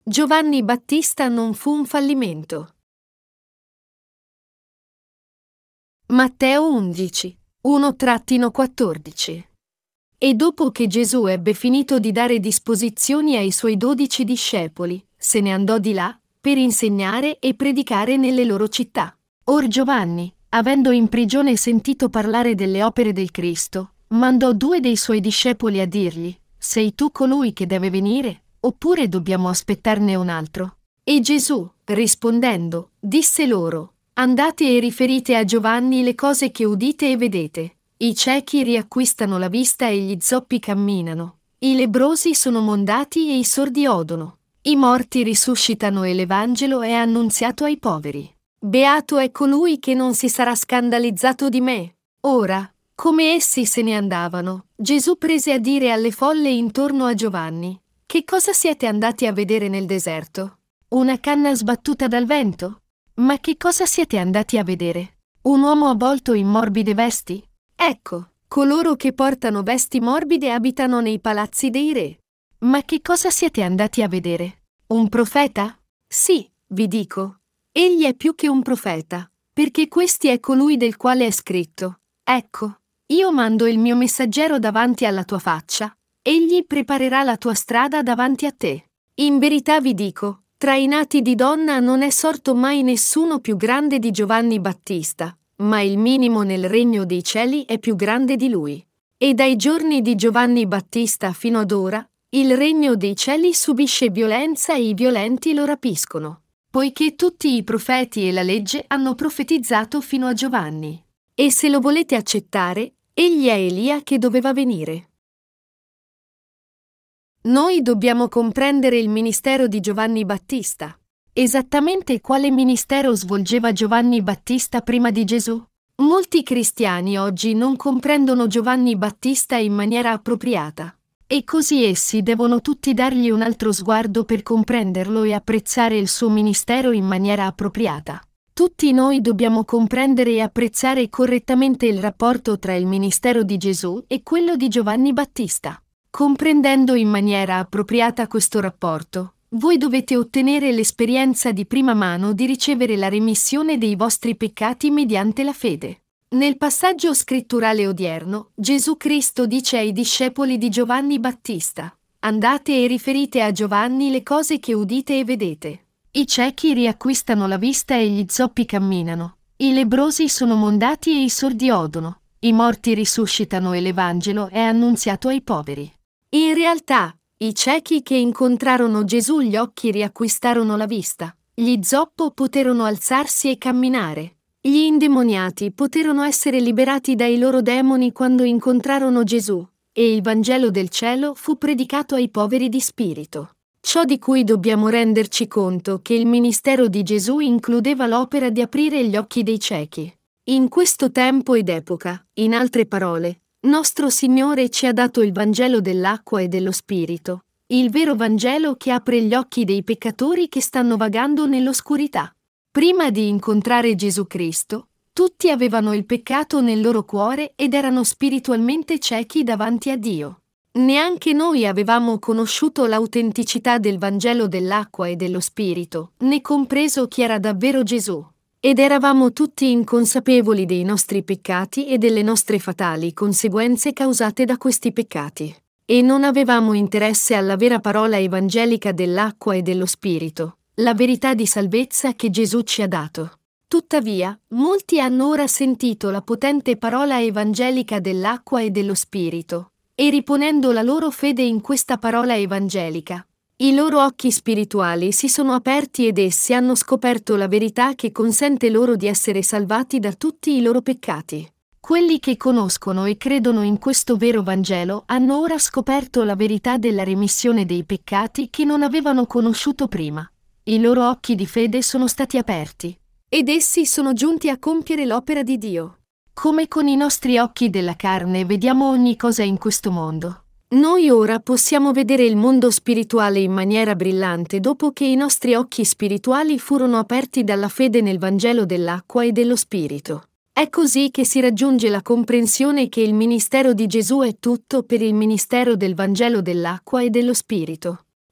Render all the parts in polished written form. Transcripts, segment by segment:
Giovanni Battista non fu un fallimento. Matteo 11, 1-14. E dopo che Gesù ebbe finito di dare disposizioni ai suoi 12 discepoli, se ne andò di là, per insegnare e predicare nelle loro città. Or Giovanni, avendo in prigione sentito parlare delle opere del Cristo, mandò 2 dei suoi discepoli a dirgli: «Sei tu colui che deve venire, oppure dobbiamo aspettarne un altro?» E Gesù, rispondendo, disse loro: «Andate e riferite a Giovanni le cose che udite e vedete. I ciechi riacquistano la vista e gli zoppi camminano, i lebbrosi sono mondati e i sordi odono, i morti risuscitano e l'Evangelo è annunziato ai poveri. Beato è colui che non si sarà scandalizzato di me». Ora, come essi se ne andavano, Gesù prese a dire alle folle intorno a Giovanni: «Che cosa siete andati a vedere nel deserto? Una canna sbattuta dal vento? Ma che cosa siete andati a vedere? Un uomo avvolto in morbide vesti? Ecco, coloro che portano vesti morbide abitano nei palazzi dei re. Ma che cosa siete andati a vedere? Un profeta? Sì, vi dico. Egli è più che un profeta, perché questi è colui del quale è scritto: «Ecco, io mando il mio messaggero davanti alla tua faccia, egli preparerà la tua strada davanti a te». In verità vi dico, tra i nati di donna non è sorto mai nessuno più grande di Giovanni Battista, ma il minimo nel regno dei cieli è più grande di lui. E dai giorni di Giovanni Battista fino ad ora, il regno dei cieli subisce violenza e i violenti lo rapiscono, poiché tutti i profeti e la legge hanno profetizzato fino a Giovanni. E se lo volete accettare, egli è Elia che doveva venire. Noi dobbiamo comprendere il ministero di Giovanni Battista. Esattamente quale ministero svolgeva Giovanni Battista prima di Gesù? Molti cristiani oggi non comprendono Giovanni Battista in maniera appropriata. E così essi devono tutti dargli un altro sguardo per comprenderlo e apprezzare il suo ministero in maniera appropriata. Tutti noi dobbiamo comprendere e apprezzare correttamente il rapporto tra il ministero di Gesù e quello di Giovanni Battista. Comprendendo in maniera appropriata questo rapporto, voi dovete ottenere l'esperienza di prima mano di ricevere la remissione dei vostri peccati mediante la fede. Nel passaggio scritturale odierno, Gesù Cristo dice ai discepoli di Giovanni Battista: «Andate e riferite a Giovanni le cose che udite e vedete. I ciechi riacquistano la vista e gli zoppi camminano, i lebbrosi sono mondati e i sordi odono, i morti risuscitano e l'Evangelo è annunziato ai poveri». In realtà, i ciechi che incontrarono Gesù gli occhi riacquistarono la vista, gli zoppo poterono alzarsi e camminare, gli indemoniati poterono essere liberati dai loro demoni quando incontrarono Gesù, e il Vangelo del cielo fu predicato ai poveri di spirito. Ciò di cui dobbiamo renderci conto che il ministero di Gesù includeva l'opera di aprire gli occhi dei ciechi. In questo tempo ed epoca, in altre parole, nostro Signore ci ha dato il Vangelo dell'acqua e dello Spirito, il vero Vangelo che apre gli occhi dei peccatori che stanno vagando nell'oscurità. Prima di incontrare Gesù Cristo, tutti avevano il peccato nel loro cuore ed erano spiritualmente ciechi davanti a Dio. Neanche noi avevamo conosciuto l'autenticità del Vangelo dell'acqua e dello Spirito, né compreso chi era davvero Gesù. Ed eravamo tutti inconsapevoli dei nostri peccati e delle nostre fatali conseguenze causate da questi peccati. E non avevamo interesse alla vera parola evangelica dell'acqua e dello Spirito, la verità di salvezza che Gesù ci ha dato. Tuttavia, molti hanno ora sentito la potente parola evangelica dell'acqua e dello Spirito, e riponendo la loro fede in questa parola evangelica, i loro occhi spirituali si sono aperti ed essi hanno scoperto la verità che consente loro di essere salvati da tutti i loro peccati. Quelli che conoscono e credono in questo vero Vangelo hanno ora scoperto la verità della remissione dei peccati che non avevano conosciuto prima. I loro occhi di fede sono stati aperti, ed essi sono giunti a compiere l'opera di Dio. Come con i nostri occhi della carne vediamo ogni cosa in questo mondo, noi ora possiamo vedere il mondo spirituale in maniera brillante dopo che i nostri occhi spirituali furono aperti dalla fede nel Vangelo dell'acqua e dello Spirito. È così che si raggiunge la comprensione che il ministero di Gesù è tutto per il ministero del Vangelo dell'acqua e dello Spirito.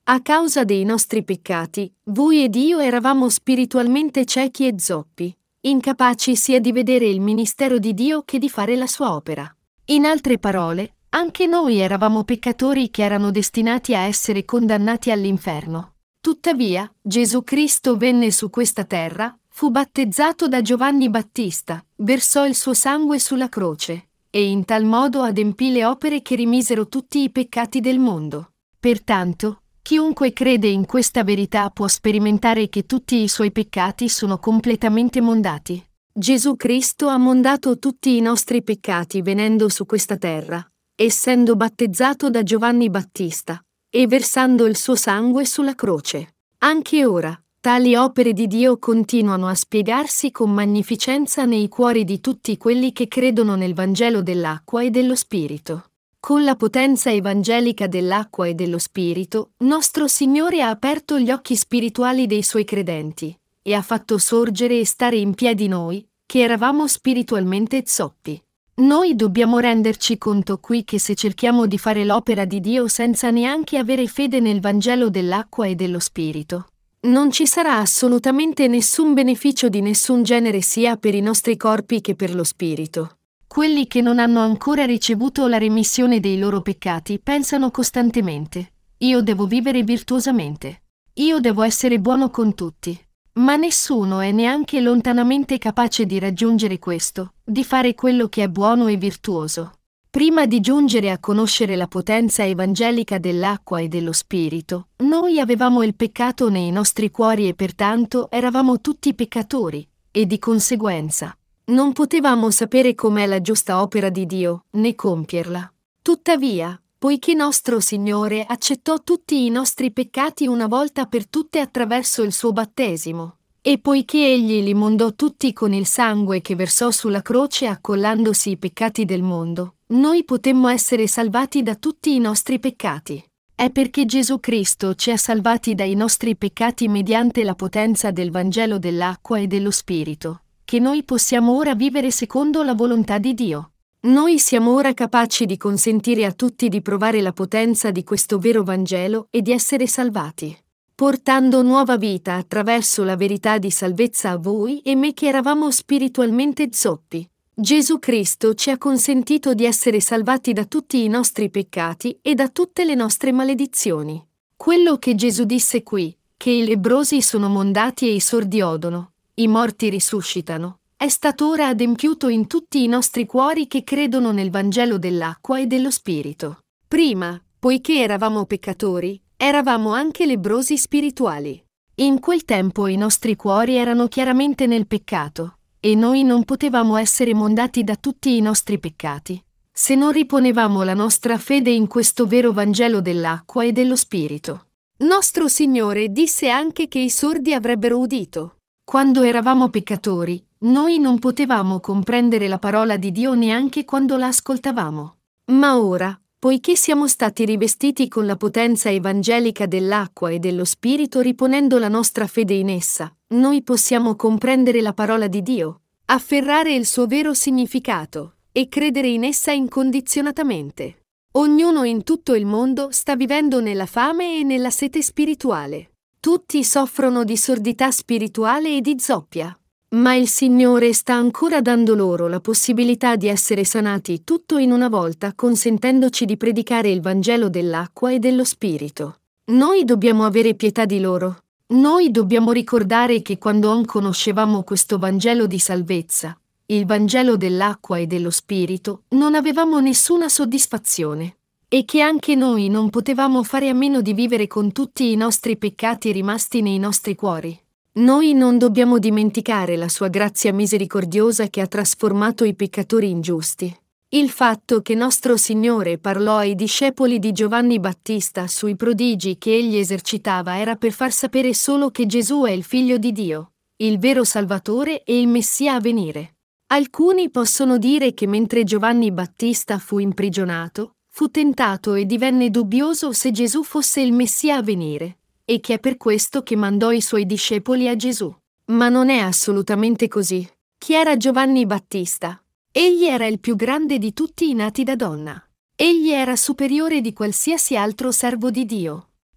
A causa dei nostri peccati, voi ed io eravamo spiritualmente ciechi e zoppi, incapaci sia di vedere il ministero di Dio che di fare la sua opera. In altre parole, anche noi eravamo peccatori che erano destinati a essere condannati all'inferno. Tuttavia, Gesù Cristo venne su questa terra, fu battezzato da Giovanni Battista, versò il suo sangue sulla croce, e in tal modo adempì le opere che rimisero tutti i peccati del mondo. Pertanto, chiunque crede in questa verità può sperimentare che tutti i suoi peccati sono completamente mondati. Gesù Cristo ha mondato tutti i nostri peccati venendo su questa terra, essendo battezzato da Giovanni Battista, e versando il suo sangue sulla croce. Anche ora, tali opere di Dio continuano a spiegarsi con magnificenza nei cuori di tutti quelli che credono nel Vangelo dell'acqua e dello Spirito. Con la potenza evangelica dell'acqua e dello Spirito, nostro Signore ha aperto gli occhi spirituali dei Suoi credenti, e ha fatto sorgere e stare in piedi noi, che eravamo spiritualmente zoppi. Noi dobbiamo renderci conto qui che se cerchiamo di fare l'opera di Dio senza neanche avere fede nel Vangelo dell'acqua e dello Spirito, non ci sarà assolutamente nessun beneficio di nessun genere sia per i nostri corpi che per lo Spirito. Quelli che non hanno ancora ricevuto la remissione dei loro peccati pensano costantemente: io devo vivere virtuosamente. Io devo essere buono con tutti. Ma nessuno è neanche lontanamente capace di raggiungere questo, di fare quello che è buono e virtuoso. Prima di giungere a conoscere la potenza evangelica dell'acqua e dello Spirito, noi avevamo il peccato nei nostri cuori e pertanto eravamo tutti peccatori, e di conseguenza non potevamo sapere com'è la giusta opera di Dio, né compierla. Tuttavia, poiché nostro Signore accettò tutti i nostri peccati una volta per tutte attraverso il suo battesimo, e poiché Egli li mondò tutti con il sangue che versò sulla croce accollandosi i peccati del mondo, noi potemmo essere salvati da tutti i nostri peccati. È perché Gesù Cristo ci ha salvati dai nostri peccati mediante la potenza del Vangelo dell'acqua e dello Spirito, che noi possiamo ora vivere secondo la volontà di Dio. Noi siamo ora capaci di consentire a tutti di provare la potenza di questo vero Vangelo e di essere salvati, portando nuova vita attraverso la verità di salvezza a voi e me che eravamo spiritualmente zoppi. Gesù Cristo ci ha consentito di essere salvati da tutti i nostri peccati e da tutte le nostre maledizioni. Quello che Gesù disse qui, che i lebbrosi sono mondati e i sordi odono, i morti risuscitano, è stato ora adempiuto in tutti i nostri cuori che credono nel Vangelo dell'acqua e dello Spirito. Prima, poiché eravamo peccatori, eravamo anche lebbrosi spirituali. In quel tempo i nostri cuori erano chiaramente nel peccato, e noi non potevamo essere mondati da tutti i nostri peccati, se non riponevamo la nostra fede in questo vero Vangelo dell'acqua e dello Spirito. Nostro Signore disse anche che i sordi avrebbero udito. Quando eravamo peccatori, noi non potevamo comprendere la parola di Dio neanche quando la ascoltavamo. Ma ora, poiché siamo stati rivestiti con la potenza evangelica dell'acqua e dello Spirito riponendo la nostra fede in essa, noi possiamo comprendere la parola di Dio, afferrare il suo vero significato, e credere in essa incondizionatamente. Ognuno in tutto il mondo sta vivendo nella fame e nella sete spirituale. Tutti soffrono di sordità spirituale e di zoppia. Ma il Signore sta ancora dando loro la possibilità di essere sanati tutto in una volta, consentendoci di predicare il Vangelo dell'acqua e dello Spirito. Noi dobbiamo avere pietà di loro. Noi dobbiamo ricordare che quando non conoscevamo questo Vangelo di salvezza, il Vangelo dell'acqua e dello Spirito, non avevamo nessuna soddisfazione, e che anche noi non potevamo fare a meno di vivere con tutti i nostri peccati rimasti nei nostri cuori. Noi non dobbiamo dimenticare la sua grazia misericordiosa che ha trasformato i peccatori in giusti. Il fatto che nostro Signore parlò ai discepoli di Giovanni Battista sui prodigi che egli esercitava era per far sapere solo che Gesù è il Figlio di Dio, il vero Salvatore e il Messia a venire. Alcuni possono dire che mentre Giovanni Battista fu imprigionato, fu tentato e divenne dubbioso se Gesù fosse il Messia a venire, e che è per questo che mandò i suoi discepoli a Gesù. Ma non è assolutamente così. Chi era Giovanni Battista? Egli era il più grande di tutti i nati da donna. Egli era superiore di qualsiasi altro servo di Dio.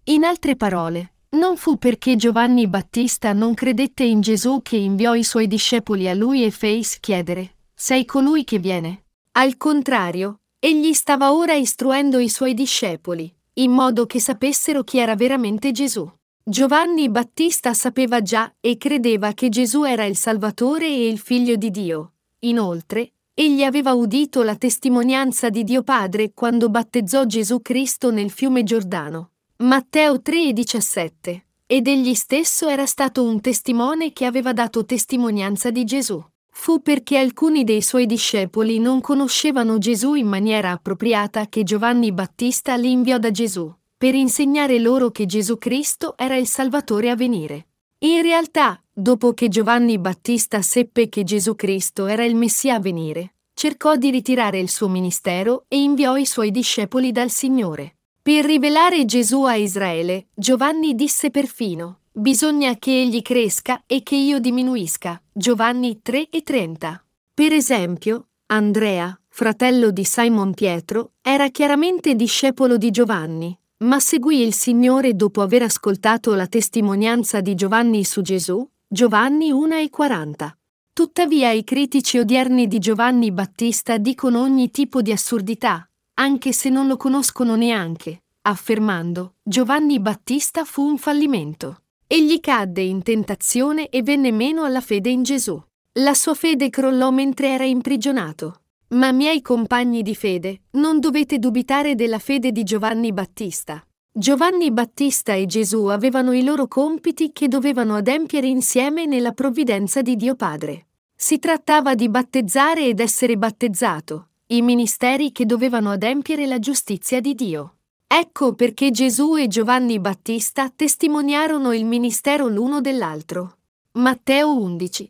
In altre parole, non fu perché Giovanni Battista non credette in Gesù che inviò i suoi discepoli a lui e fece chiedere: sei colui che viene? Al contrario, egli stava ora istruendo i suoi discepoli, in modo che sapessero chi era veramente Gesù. Giovanni Battista sapeva già e credeva che Gesù era il Salvatore e il Figlio di Dio. Inoltre, egli aveva udito la testimonianza di Dio Padre quando battezzò Gesù Cristo nel fiume Giordano. Matteo 3,17. Ed egli stesso era stato un testimone che aveva dato testimonianza di Gesù. Fu perché alcuni dei suoi discepoli non conoscevano Gesù in maniera appropriata che Giovanni Battista li inviò da Gesù, per insegnare loro che Gesù Cristo era il Salvatore a venire. In realtà, dopo che Giovanni Battista seppe che Gesù Cristo era il Messia a venire, cercò di ritirare il suo ministero e inviò i suoi discepoli dal Signore. Per rivelare Gesù a Israele, Giovanni disse perfino: bisogna che egli cresca e che io diminuisca. Giovanni 3,30. Per esempio, Andrea, fratello di Simon Pietro, era chiaramente discepolo di Giovanni, ma seguì il Signore dopo aver ascoltato la testimonianza di Giovanni su Gesù. Giovanni 1,40. Tuttavia i critici odierni di Giovanni Battista dicono ogni tipo di assurdità, anche se non lo conoscono neanche, affermando: Giovanni Battista fu un fallimento. Egli cadde in tentazione e venne meno alla fede in Gesù. La sua fede crollò mentre era imprigionato. Ma miei compagni di fede, non dovete dubitare della fede di Giovanni Battista. Giovanni Battista e Gesù avevano i loro compiti che dovevano adempiere insieme nella provvidenza di Dio Padre. Si trattava di battezzare ed essere battezzato, i ministeri che dovevano adempiere la giustizia di Dio. Ecco perché Gesù e Giovanni Battista testimoniarono il ministero l'uno dell'altro. Matteo 11,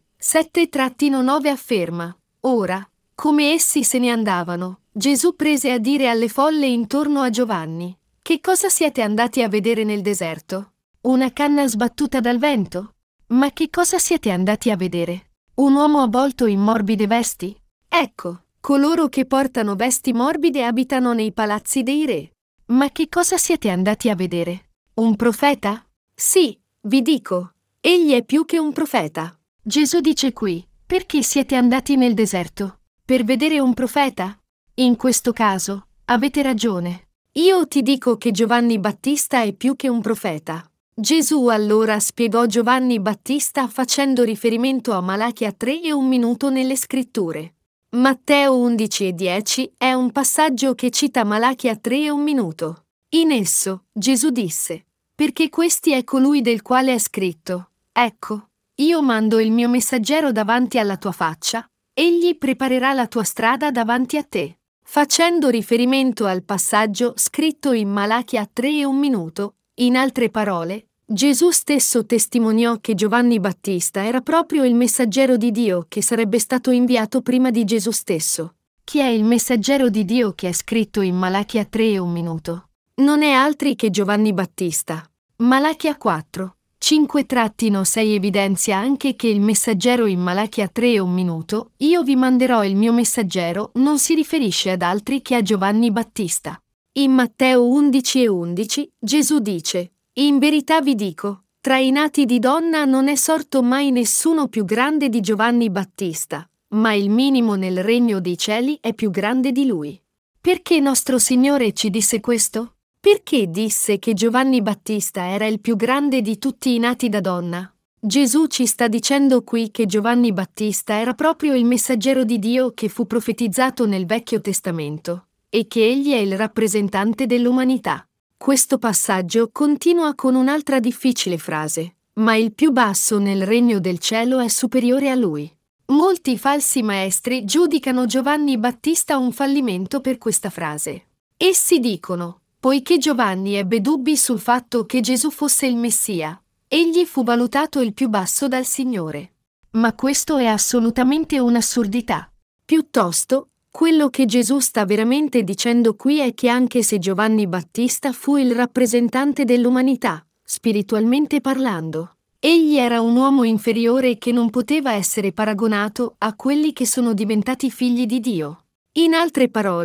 7-9 afferma: ora, come essi se ne andavano, Gesù prese a dire alle folle intorno a Giovanni: che cosa siete andati a vedere nel deserto? Una canna sbattuta dal vento? Ma che cosa siete andati a vedere? Un uomo avvolto in morbide vesti? Ecco, coloro che portano vesti morbide abitano nei palazzi dei re. Ma che cosa siete andati a vedere? Un profeta? Sì, vi dico, egli è più che un profeta. Gesù dice qui: perché siete andati nel deserto? Per vedere un profeta? In questo caso, avete ragione. Io ti dico che Giovanni Battista è più che un profeta. Gesù allora spiegò Giovanni Battista facendo riferimento a Malachia 3 e 1 minuto nelle scritture. Matteo 11,10 è un passaggio che cita Malachia 3 e 1 minuto. In esso, Gesù disse: perché questi è colui del quale è scritto: ecco, io mando il mio messaggero davanti alla tua faccia, egli preparerà la tua strada davanti a te. Facendo riferimento al passaggio scritto in Malachia 3 e 1 minuto, in altre parole, Gesù stesso testimoniò che Giovanni Battista era proprio il messaggero di Dio che sarebbe stato inviato prima di Gesù stesso. Chi è il messaggero di Dio che è scritto in Malachia 3 e 1 minuto? Non è altri che Giovanni Battista. Malachia 4, 5-6 evidenzia anche che il messaggero in Malachia 3 e 1 minuto, io vi manderò il mio messaggero, non si riferisce ad altri che a Giovanni Battista. In Matteo 11,11 Gesù dice: in verità vi dico, tra i nati di donna non è sorto mai nessuno più grande di Giovanni Battista, ma il minimo nel regno dei cieli è più grande di lui. Perché nostro Signore ci disse questo? Perché disse che Giovanni Battista era il più grande di tutti i nati da donna? Gesù ci sta dicendo qui che Giovanni Battista era proprio il messaggero di Dio che fu profetizzato nel Vecchio Testamento, e che egli è il rappresentante dell'umanità. Questo passaggio continua con un'altra difficile frase: ma il più basso nel regno del cielo è superiore a lui. Molti falsi maestri giudicano Giovanni Battista un fallimento per questa frase. Essi dicono: poiché Giovanni ebbe dubbi sul fatto che Gesù fosse il Messia, egli fu valutato il più basso dal Signore. Ma questo è assolutamente un'assurdità. Piuttosto, quello che Gesù sta veramente dicendo qui è che anche se Giovanni Battista fu il rappresentante dell'umanità, spiritualmente parlando, egli era un uomo inferiore che non poteva essere paragonato a quelli che sono diventati figli di Dio. In altre parole,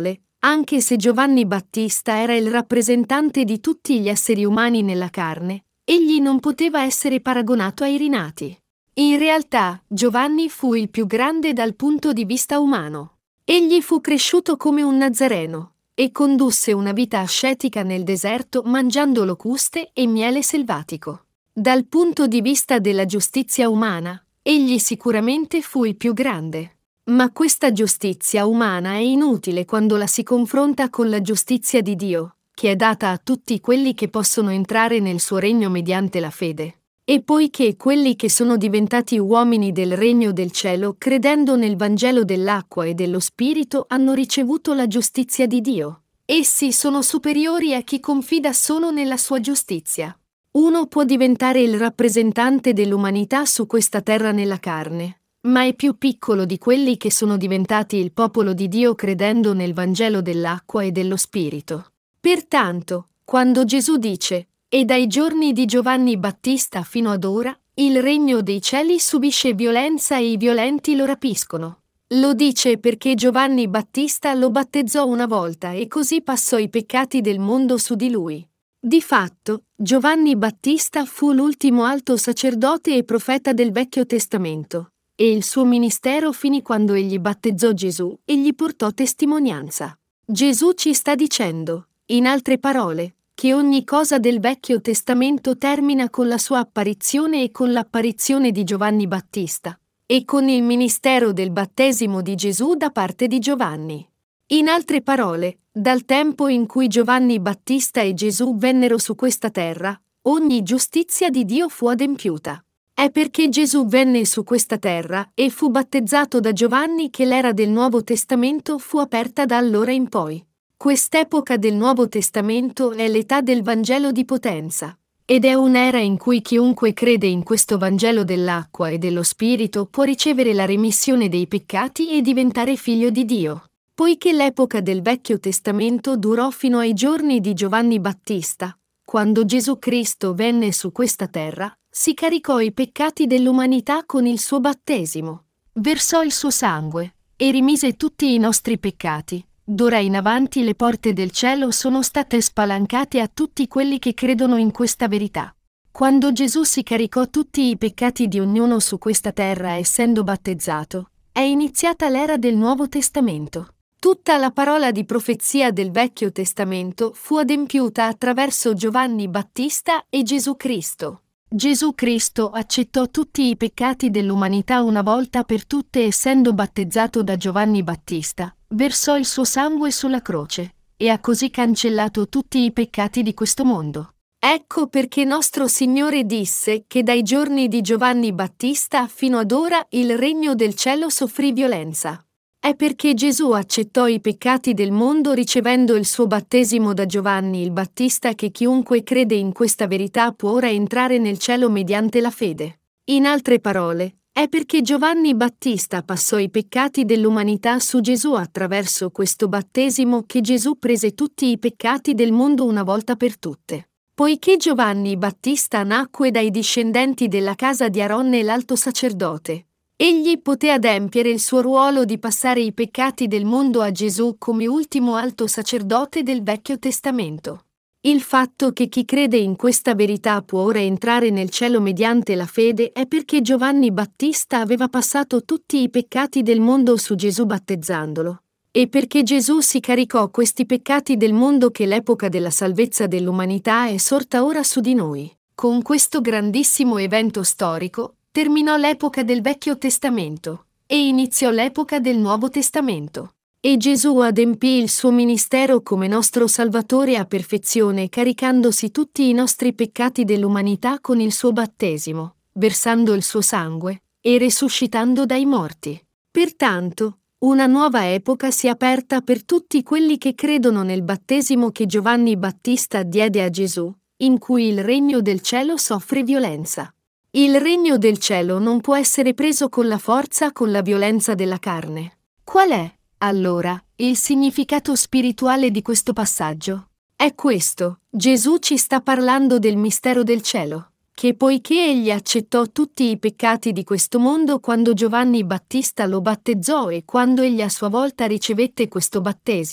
Anche se Giovanni Battista era il rappresentante di tutti gli esseri umani nella carne, egli non poteva essere paragonato ai rinati. In realtà, Giovanni fu il più grande dal punto di vista umano. Egli fu cresciuto come un Nazareno e condusse una vita ascetica nel deserto mangiando locuste e miele selvatico. Dal punto di vista della giustizia umana, egli sicuramente fu il più grande. Ma questa giustizia umana è inutile quando la si confronta con la giustizia di Dio, che è data a tutti quelli che possono entrare nel suo regno mediante la fede. E poiché quelli che sono diventati uomini del regno del cielo, credendo nel Vangelo dell'acqua e dello Spirito, hanno ricevuto la giustizia di Dio. Essi sono superiori a chi confida solo nella sua giustizia. Uno può diventare il rappresentante dell'umanità su questa terra nella carne, ma è più piccolo di quelli che sono diventati il popolo di Dio credendo nel Vangelo dell'acqua e dello Spirito. Pertanto, quando Gesù dice: "E dai giorni di Giovanni Battista fino ad ora, il regno dei cieli subisce violenza e i violenti lo rapiscono", lo dice perché Giovanni Battista lo battezzò una volta e così passò i peccati del mondo su di lui. Di fatto, Giovanni Battista fu l'ultimo alto sacerdote e profeta del Vecchio Testamento, e il suo ministero finì quando egli battezzò Gesù e gli portò testimonianza. Gesù ci sta dicendo, in altre parole, che ogni cosa del Vecchio Testamento termina con la sua apparizione e con l'apparizione di Giovanni Battista, e con il ministero del battesimo di Gesù da parte di Giovanni. In altre parole, dal tempo in cui Giovanni Battista e Gesù vennero su questa terra, ogni giustizia di Dio fu adempiuta. È perché Gesù venne su questa terra e fu battezzato da Giovanni che l'era del Nuovo Testamento fu aperta da allora in poi. Quest'epoca del Nuovo Testamento è l'età del Vangelo di potenza, ed è un'era in cui chiunque crede in questo Vangelo dell'acqua e dello Spirito può ricevere la remissione dei peccati e diventare figlio di Dio. Poiché l'epoca del Vecchio Testamento durò fino ai giorni di Giovanni Battista, quando Gesù Cristo venne su questa terra, si caricò i peccati dell'umanità con il suo battesimo, versò il suo sangue e rimise tutti i nostri peccati. D'ora in avanti le porte del cielo sono state spalancate a tutti quelli che credono in questa verità. Quando Gesù si caricò tutti i peccati di ognuno su questa terra essendo battezzato, è iniziata l'era del Nuovo Testamento. Tutta la parola di profezia del Vecchio Testamento fu adempiuta attraverso Giovanni Battista e Gesù Cristo. Gesù Cristo accettò tutti i peccati dell'umanità una volta per tutte essendo battezzato da Giovanni Battista, versò il suo sangue sulla croce, e ha così cancellato tutti i peccati di questo mondo. Ecco perché nostro Signore disse che dai giorni di Giovanni Battista fino ad ora il regno del cielo soffrì violenza. È perché Gesù accettò i peccati del mondo ricevendo il suo battesimo da Giovanni il Battista che chiunque crede in questa verità può ora entrare nel cielo mediante la fede. In altre parole, è perché Giovanni Battista passò i peccati dell'umanità su Gesù attraverso questo battesimo che Gesù prese tutti i peccati del mondo una volta per tutte. Poiché Giovanni Battista nacque dai discendenti della casa di Aronne l'alto sacerdote, egli poté adempiere il suo ruolo di passare i peccati del mondo a Gesù come ultimo alto sacerdote del Vecchio Testamento. Il fatto che chi crede in questa verità può ora entrare nel cielo mediante la fede è perché Giovanni Battista aveva passato tutti i peccati del mondo su Gesù battezzandolo, e perché Gesù si caricò questi peccati del mondo che l'epoca della salvezza dell'umanità è sorta ora su di noi. Con questo grandissimo evento storico, terminò l'epoca del Vecchio Testamento e iniziò l'epoca del Nuovo Testamento. E Gesù adempì il suo ministero come nostro Salvatore a perfezione caricandosi tutti i nostri peccati dell'umanità con il suo battesimo, versando il suo sangue e resuscitando dai morti. Pertanto, una nuova epoca si è aperta per tutti quelli che credono nel battesimo che Giovanni Battista diede a Gesù, in cui il regno del cielo soffre violenza. Il regno del cielo non può essere preso con la forza con la violenza della carne. Qual è, allora, il significato spirituale di questo passaggio? È questo: Gesù ci sta parlando del mistero del cielo, che poiché egli accettò tutti i peccati di questo mondo quando Giovanni Battista lo battezzò e quando egli a sua volta ricevette questo battesimo,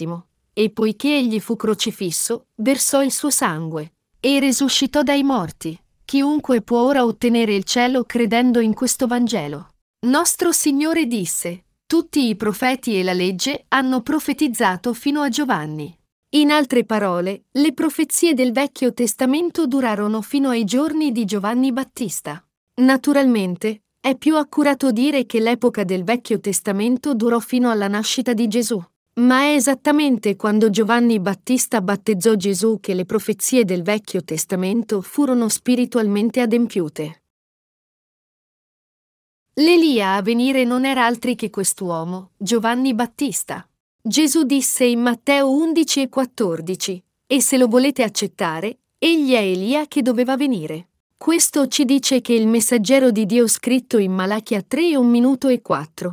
e poiché egli fu crocifisso, versò il suo sangue e risuscitò dai morti. Chiunque può ora ottenere il cielo credendo in questo Vangelo. Nostro Signore disse: tutti i profeti e la legge hanno profetizzato fino a Giovanni. In altre parole, le profezie del Vecchio Testamento durarono fino ai giorni di Giovanni Battista. Naturalmente, è più accurato dire che l'epoca del Vecchio Testamento durò fino alla nascita di Gesù. Ma è esattamente quando Giovanni Battista battezzò Gesù che le profezie del Vecchio Testamento furono spiritualmente adempiute. L'Elia a venire non era altri che quest'uomo, Giovanni Battista. Gesù disse in Matteo 11:14: e se lo volete accettare, egli è Elia che doveva venire. Questo ci dice che il messaggero di Dio scritto in Malachia 3:1-4,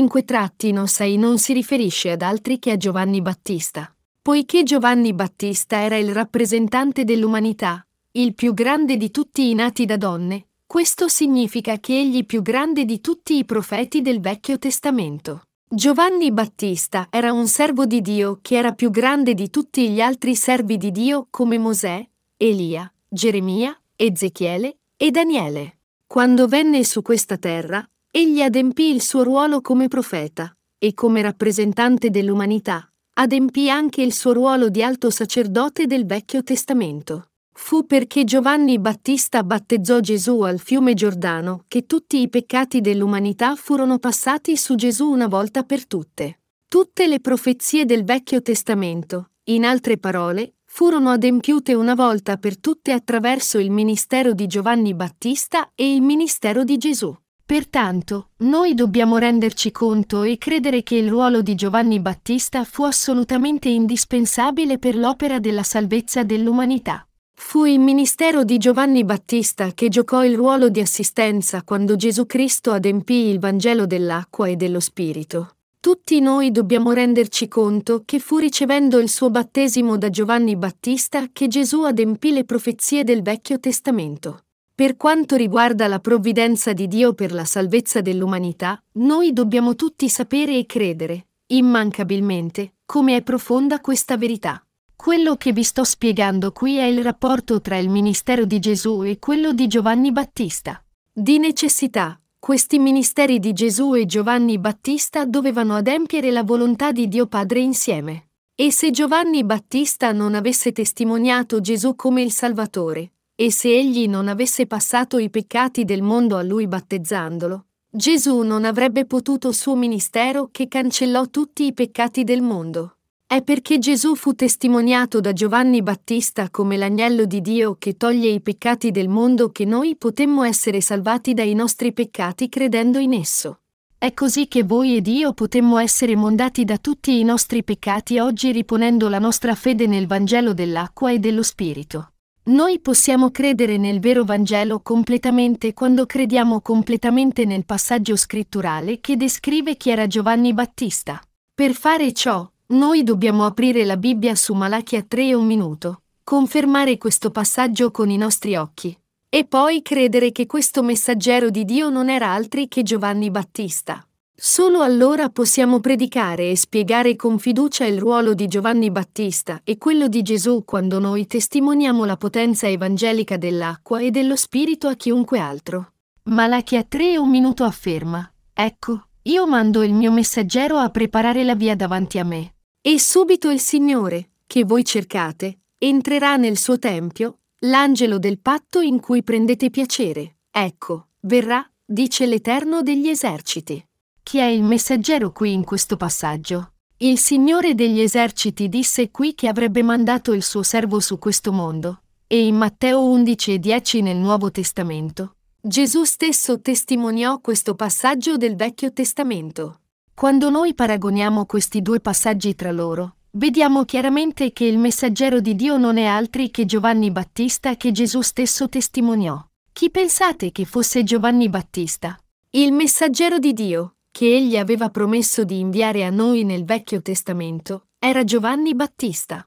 5-6 non si riferisce ad altri che a Giovanni Battista. Poiché Giovanni Battista era il rappresentante dell'umanità, il più grande di tutti i nati da donne, questo significa che egli più grande di tutti i profeti del Vecchio Testamento. Giovanni Battista era un servo di Dio che era più grande di tutti gli altri servi di Dio come Mosè, Elia, Geremia, Ezechiele e Daniele. Quando venne su questa terra, egli adempì il suo ruolo come profeta e come rappresentante dell'umanità, adempì anche il suo ruolo di alto sacerdote del Vecchio Testamento. Fu perché Giovanni Battista battezzò Gesù al fiume Giordano che tutti i peccati dell'umanità furono passati su Gesù una volta per tutte. Tutte le profezie del Vecchio Testamento, in altre parole, furono adempiute una volta per tutte attraverso il ministero di Giovanni Battista e il ministero di Gesù. Pertanto, noi dobbiamo renderci conto e credere che il ruolo di Giovanni Battista fu assolutamente indispensabile per l'opera della salvezza dell'umanità. Fu il ministero di Giovanni Battista che giocò il ruolo di assistenza quando Gesù Cristo adempì il Vangelo dell'acqua e dello Spirito. Tutti noi dobbiamo renderci conto che fu ricevendo il suo battesimo da Giovanni Battista che Gesù adempì le profezie del Vecchio Testamento. Per quanto riguarda la provvidenza di Dio per la salvezza dell'umanità, noi dobbiamo tutti sapere e credere, immancabilmente, come è profonda questa verità. Quello che vi sto spiegando qui è il rapporto tra il ministero di Gesù e quello di Giovanni Battista. Di necessità, questi ministeri di Gesù e Giovanni Battista dovevano adempiere la volontà di Dio Padre insieme. E se Giovanni Battista non avesse testimoniato Gesù come il Salvatore, e se egli non avesse passato i peccati del mondo a lui battezzandolo, Gesù non avrebbe potuto suo ministero che cancellò tutti i peccati del mondo. È perché Gesù fu testimoniato da Giovanni Battista come l'agnello di Dio che toglie i peccati del mondo che noi potemmo essere salvati dai nostri peccati credendo in esso. È così che voi ed io potemmo essere mondati da tutti i nostri peccati oggi riponendo la nostra fede nel Vangelo dell'acqua e dello Spirito. Noi possiamo credere nel vero Vangelo completamente quando crediamo completamente nel passaggio scritturale che descrive chi era Giovanni Battista. Per fare ciò, noi dobbiamo aprire la Bibbia su Malachia 3 un minuto, confermare questo passaggio con i nostri occhi, e poi credere che questo messaggero di Dio non era altri che Giovanni Battista. Solo allora possiamo predicare e spiegare con fiducia il ruolo di Giovanni Battista e quello di Gesù quando noi testimoniamo la potenza evangelica dell'acqua e dello Spirito a chiunque altro. Malachia 3 un minuto afferma: ecco, io mando il mio messaggero a preparare la via davanti a me. E subito il Signore, che voi cercate, entrerà nel suo tempio, l'angelo del patto in cui prendete piacere. Ecco, verrà, dice l'Eterno degli eserciti. Chi è il messaggero qui in questo passaggio? Il Signore degli eserciti disse qui che avrebbe mandato il suo servo su questo mondo. E in Matteo 11:10 nel Nuovo Testamento, Gesù stesso testimoniò questo passaggio del Vecchio Testamento. Quando noi paragoniamo questi due passaggi tra loro, vediamo chiaramente che il messaggero di Dio non è altri che Giovanni Battista che Gesù stesso testimoniò. Chi pensate che fosse Giovanni Battista? Il messaggero di Dio, che egli aveva promesso di inviare a noi nel Vecchio Testamento, era Giovanni Battista.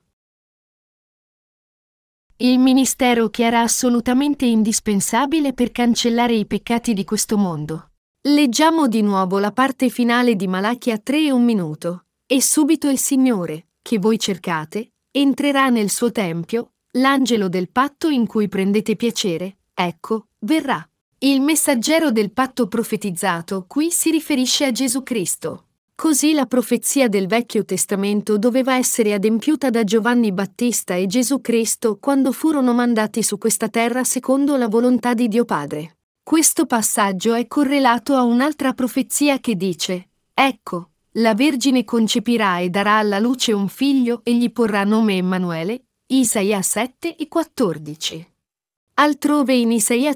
Il ministero che era assolutamente indispensabile per cancellare i peccati di questo mondo. Leggiamo di nuovo la parte finale di Malachia 3 un minuto. E subito il Signore, che voi cercate, entrerà nel suo tempio, l'angelo del patto in cui prendete piacere, ecco, verrà. Il messaggero del patto profetizzato qui si riferisce a Gesù Cristo. Così la profezia del Vecchio Testamento doveva essere adempiuta da Giovanni Battista e Gesù Cristo quando furono mandati su questa terra secondo la volontà di Dio Padre. Questo passaggio è correlato a un'altra profezia che dice: ecco, la Vergine concepirà e darà alla luce un figlio e gli porrà nome Emanuele, Isaia 7:14. Altrove in Isaia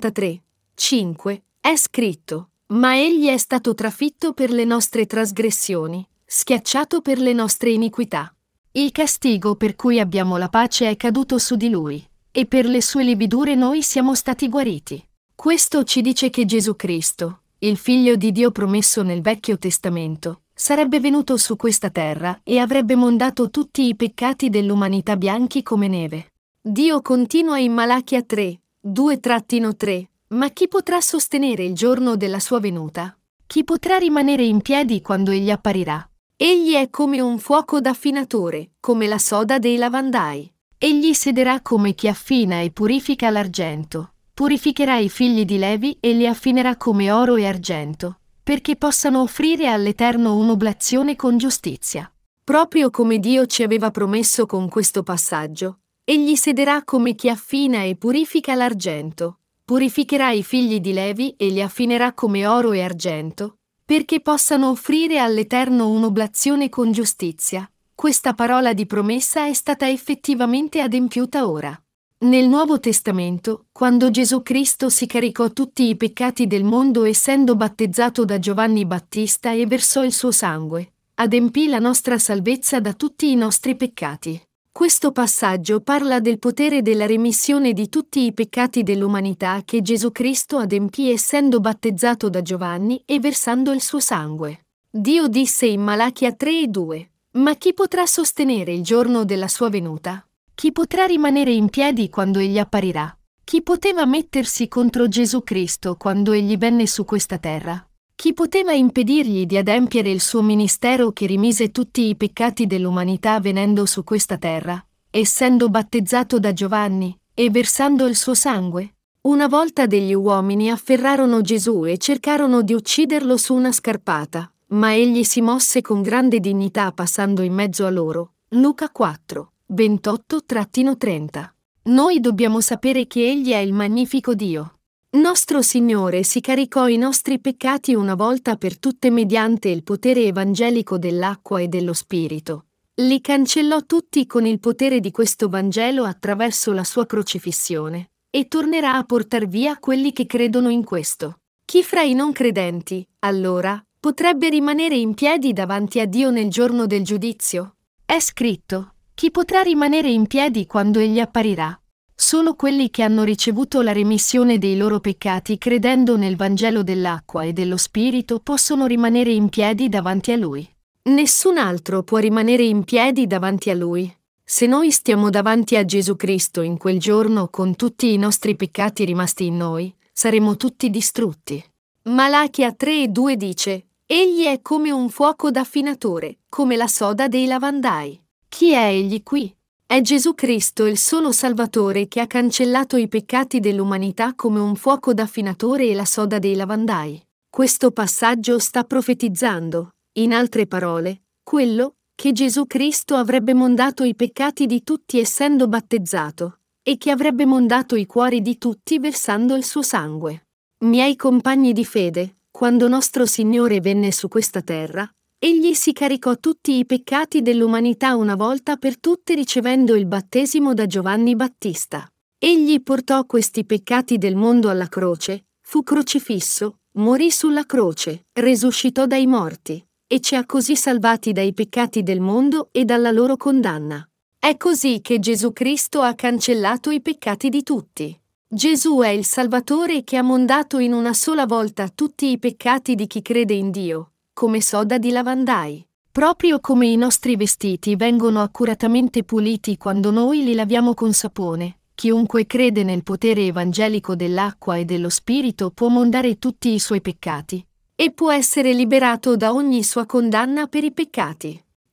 53:5 è scritto: ma egli è stato trafitto per le nostre trasgressioni, schiacciato per le nostre iniquità. Il castigo per cui abbiamo la pace è caduto su di lui, e per le sue lividure noi siamo stati guariti. Questo ci dice che Gesù Cristo, il Figlio di Dio promesso nel Vecchio Testamento, sarebbe venuto su questa terra e avrebbe mondato tutti i peccati dell'umanità bianchi come neve. Dio continua in Malachia 3:2-3: ma chi potrà sostenere il giorno della sua venuta? Chi potrà rimanere in piedi quando egli apparirà? Egli è come un fuoco d'affinatore, come la soda dei lavandai. Egli sederà come chi affina e purifica l'argento. Purificherà i figli di Levi e li affinerà come oro e argento, perché possano offrire all'Eterno un'oblazione con giustizia. Proprio come Dio ci aveva promesso con questo passaggio, egli sederà come chi affina e purifica l'argento. Purificherà i figli di Levi e li affinerà come oro e argento, perché possano offrire all'Eterno un'oblazione con giustizia. Questa parola di promessa è stata effettivamente adempiuta ora. Nel Nuovo Testamento, quando Gesù Cristo si caricò tutti i peccati del mondo essendo battezzato da Giovanni Battista e versò il suo sangue, adempì la nostra salvezza da tutti i nostri peccati. Questo passaggio parla del potere della remissione di tutti i peccati dell'umanità che Gesù Cristo adempì essendo battezzato da Giovanni e versando il suo sangue. Dio disse in Malachia 3:2: ma chi potrà sostenere il giorno della sua venuta? Chi potrà rimanere in piedi quando egli apparirà? Chi poteva mettersi contro Gesù Cristo quando egli venne su questa terra? Chi poteva impedirgli di adempiere il suo ministero che rimise tutti i peccati dell'umanità venendo su questa terra, essendo battezzato da Giovanni, e versando il suo sangue? Una volta degli uomini afferrarono Gesù e cercarono di ucciderlo su una scarpata, ma egli si mosse con grande dignità passando in mezzo a loro. Luca 4:28-30. Noi dobbiamo sapere che egli è il magnifico Dio. Nostro Signore si caricò i nostri peccati una volta per tutte mediante il potere evangelico dell'acqua e dello Spirito. Li cancellò tutti con il potere di questo Vangelo attraverso la sua crocifissione, e tornerà a portar via quelli che credono in questo. Chi fra i non credenti, allora, potrebbe rimanere in piedi davanti a Dio nel giorno del giudizio? È scritto: chi potrà rimanere in piedi quando egli apparirà? Solo quelli che hanno ricevuto la remissione dei loro peccati credendo nel Vangelo dell'acqua e dello Spirito possono rimanere in piedi davanti a Lui. Nessun altro può rimanere in piedi davanti a Lui. Se noi stiamo davanti a Gesù Cristo in quel giorno con tutti i nostri peccati rimasti in noi, saremo tutti distrutti. Malachia 3:2 dice: egli è come un fuoco d'affinatore, come la soda dei lavandai. Chi è egli qui? È Gesù Cristo il solo Salvatore che ha cancellato i peccati dell'umanità come un fuoco d'affinatore e la soda dei lavandai. Questo passaggio sta profetizzando, in altre parole, quello che Gesù Cristo avrebbe mondato i peccati di tutti essendo battezzato, e che avrebbe mondato i cuori di tutti versando il suo sangue. Miei compagni di fede, quando nostro Signore venne su questa terra, egli si caricò tutti i peccati dell'umanità una volta per tutte ricevendo il battesimo da Giovanni Battista. Egli portò questi peccati del mondo alla croce, fu crocifisso, morì sulla croce, risuscitò dai morti, e ci ha così salvati dai peccati del mondo e dalla loro condanna. È così che Gesù Cristo ha cancellato i peccati di tutti. Gesù è il Salvatore che ha mondato in una sola volta tutti i peccati di chi crede in Dio, come soda di lavandai. Proprio come i nostri vestiti vengono accuratamente puliti quando noi li laviamo con sapone, chiunque crede nel potere evangelico dell'acqua e dello Spirito può mondare tutti i suoi peccati, e può essere liberato da ogni sua condanna per i peccati.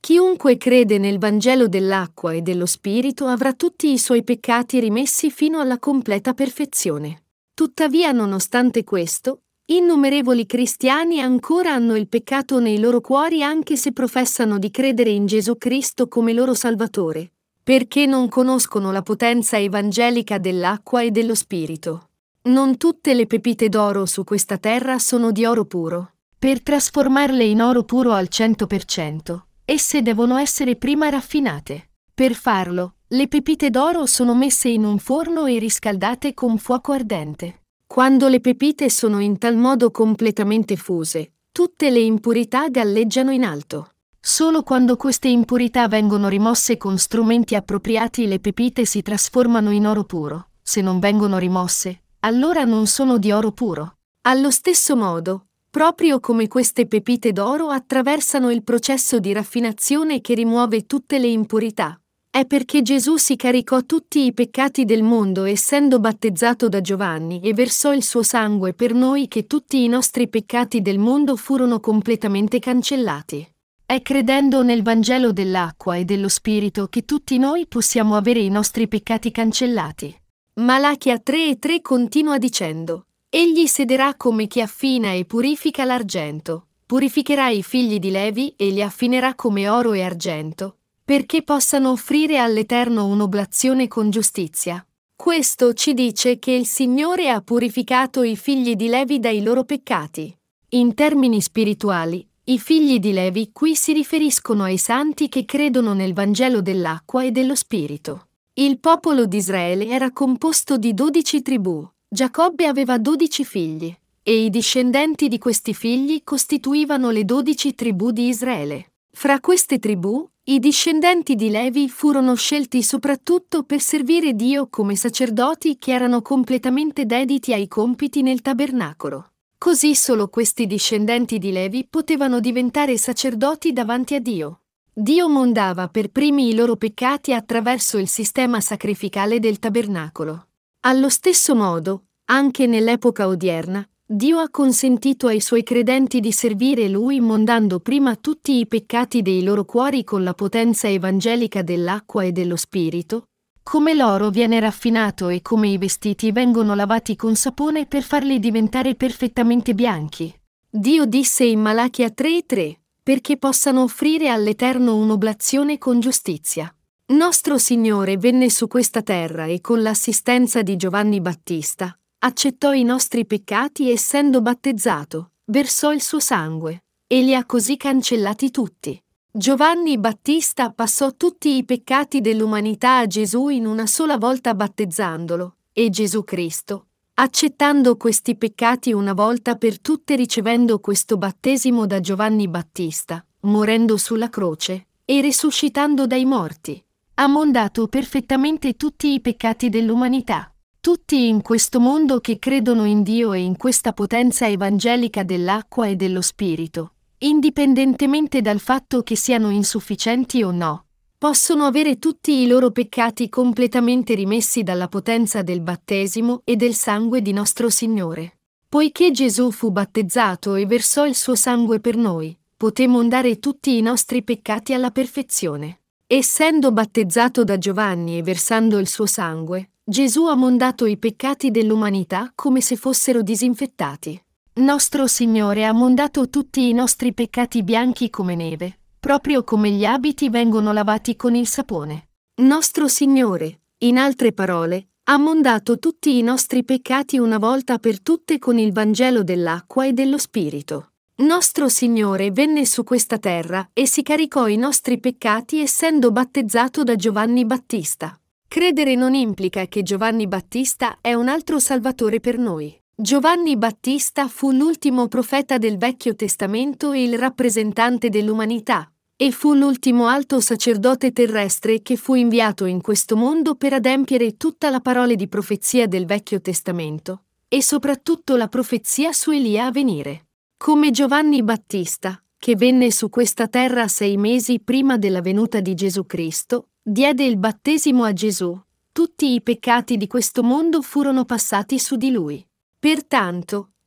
Chiunque crede nel Vangelo dell'acqua e dello Spirito avrà tutti i suoi peccati rimessi fino alla completa perfezione. Tuttavia, nonostante questo, innumerevoli cristiani ancora hanno il peccato nei loro cuori anche se professano di credere in Gesù Cristo come loro Salvatore, perché non conoscono la potenza evangelica dell'acqua e dello Spirito. Non tutte le pepite d'oro su questa terra sono di oro puro. Per trasformarle in oro puro al 100%, esse devono essere prima raffinate. Per farlo, le pepite d'oro sono messe in un forno e riscaldate con fuoco ardente. Quando le pepite sono in tal modo completamente fuse, tutte le impurità galleggiano in alto. Solo quando queste impurità vengono rimosse con strumenti appropriati le pepite si trasformano in oro puro. Se non vengono rimosse, allora non sono di oro puro. Allo stesso modo, proprio come queste pepite d'oro attraversano il processo di raffinazione che rimuove tutte le impurità, è perché Gesù si caricò tutti i peccati del mondo essendo battezzato da Giovanni e versò il suo sangue per noi che tutti i nostri peccati del mondo furono completamente cancellati. È credendo nel Vangelo dell'acqua e dello Spirito che tutti noi possiamo avere i nostri peccati cancellati. Malachia 3:3 continua dicendo: Egli sederà come chi affina e purifica l'argento, purificherà i figli di Levi e li affinerà come oro e argento, perché possano offrire all'Eterno un'oblazione con giustizia. Questo ci dice che il Signore ha purificato i figli di Levi dai loro peccati. In termini spirituali, i figli di Levi qui si riferiscono ai santi che credono nel Vangelo dell'acqua e dello Spirito. Il popolo di Israele era composto di 12 tribù. Giacobbe aveva 12 figli, e i discendenti di questi figli costituivano le 12 tribù di Israele. Fra queste tribù, i discendenti di Levi furono scelti soprattutto per servire Dio come sacerdoti che erano completamente dediti ai compiti nel tabernacolo. Così solo questi discendenti di Levi potevano diventare sacerdoti davanti a Dio. Dio mondava per primi i loro peccati attraverso il sistema sacrificale del tabernacolo. Allo stesso modo, anche nell'epoca odierna, Dio ha consentito ai suoi credenti di servire Lui mondando prima tutti i peccati dei loro cuori con la potenza evangelica dell'acqua e dello Spirito, come l'oro viene raffinato e come i vestiti vengono lavati con sapone per farli diventare perfettamente bianchi. Dio disse in Malachia 3:3, perché possano offrire all'Eterno un'oblazione con giustizia. Nostro Signore venne su questa terra e con l'assistenza di Giovanni Battista accettò i nostri peccati essendo battezzato, versò il suo sangue e li ha così cancellati tutti. Giovanni Battista passò tutti i peccati dell'umanità a Gesù in una sola volta battezzandolo, e Gesù Cristo, accettando questi peccati una volta per tutte ricevendo questo battesimo da Giovanni Battista, morendo sulla croce e risuscitando dai morti, ha mondato perfettamente tutti i peccati dell'umanità. Tutti in questo mondo che credono in Dio e in questa potenza evangelica dell'acqua e dello Spirito, indipendentemente dal fatto che siano insufficienti o no, possono avere tutti i loro peccati completamente rimessi dalla potenza del battesimo e del sangue di nostro Signore. Poiché Gesù fu battezzato e versò il suo sangue per noi, poté mondare tutti i nostri peccati alla perfezione. Essendo battezzato da Giovanni e versando il suo sangue, Gesù ha mondato i peccati dell'umanità come se fossero disinfettati. Nostro Signore ha mondato tutti i nostri peccati bianchi come neve, proprio come gli abiti vengono lavati con il sapone. Nostro Signore, in altre parole, ha mondato tutti i nostri peccati una volta per tutte con il Vangelo dell'acqua e dello Spirito. Nostro Signore venne su questa terra e si caricò i nostri peccati essendo battezzato da Giovanni Battista. Credere non implica che Giovanni Battista è un altro Salvatore per noi. Giovanni Battista fu l'ultimo profeta del Vecchio Testamento e il rappresentante dell'umanità, e fu l'ultimo alto sacerdote terrestre che fu inviato in questo mondo per adempiere tutta la parola di profezia del Vecchio Testamento, e soprattutto la profezia su Elia a venire. Come Giovanni Battista, che venne su questa terra 6 mesi prima della venuta di Gesù Cristo, diede il battesimo a Gesù, tutti i peccati di questo mondo furono passati su di lui. Pertanto,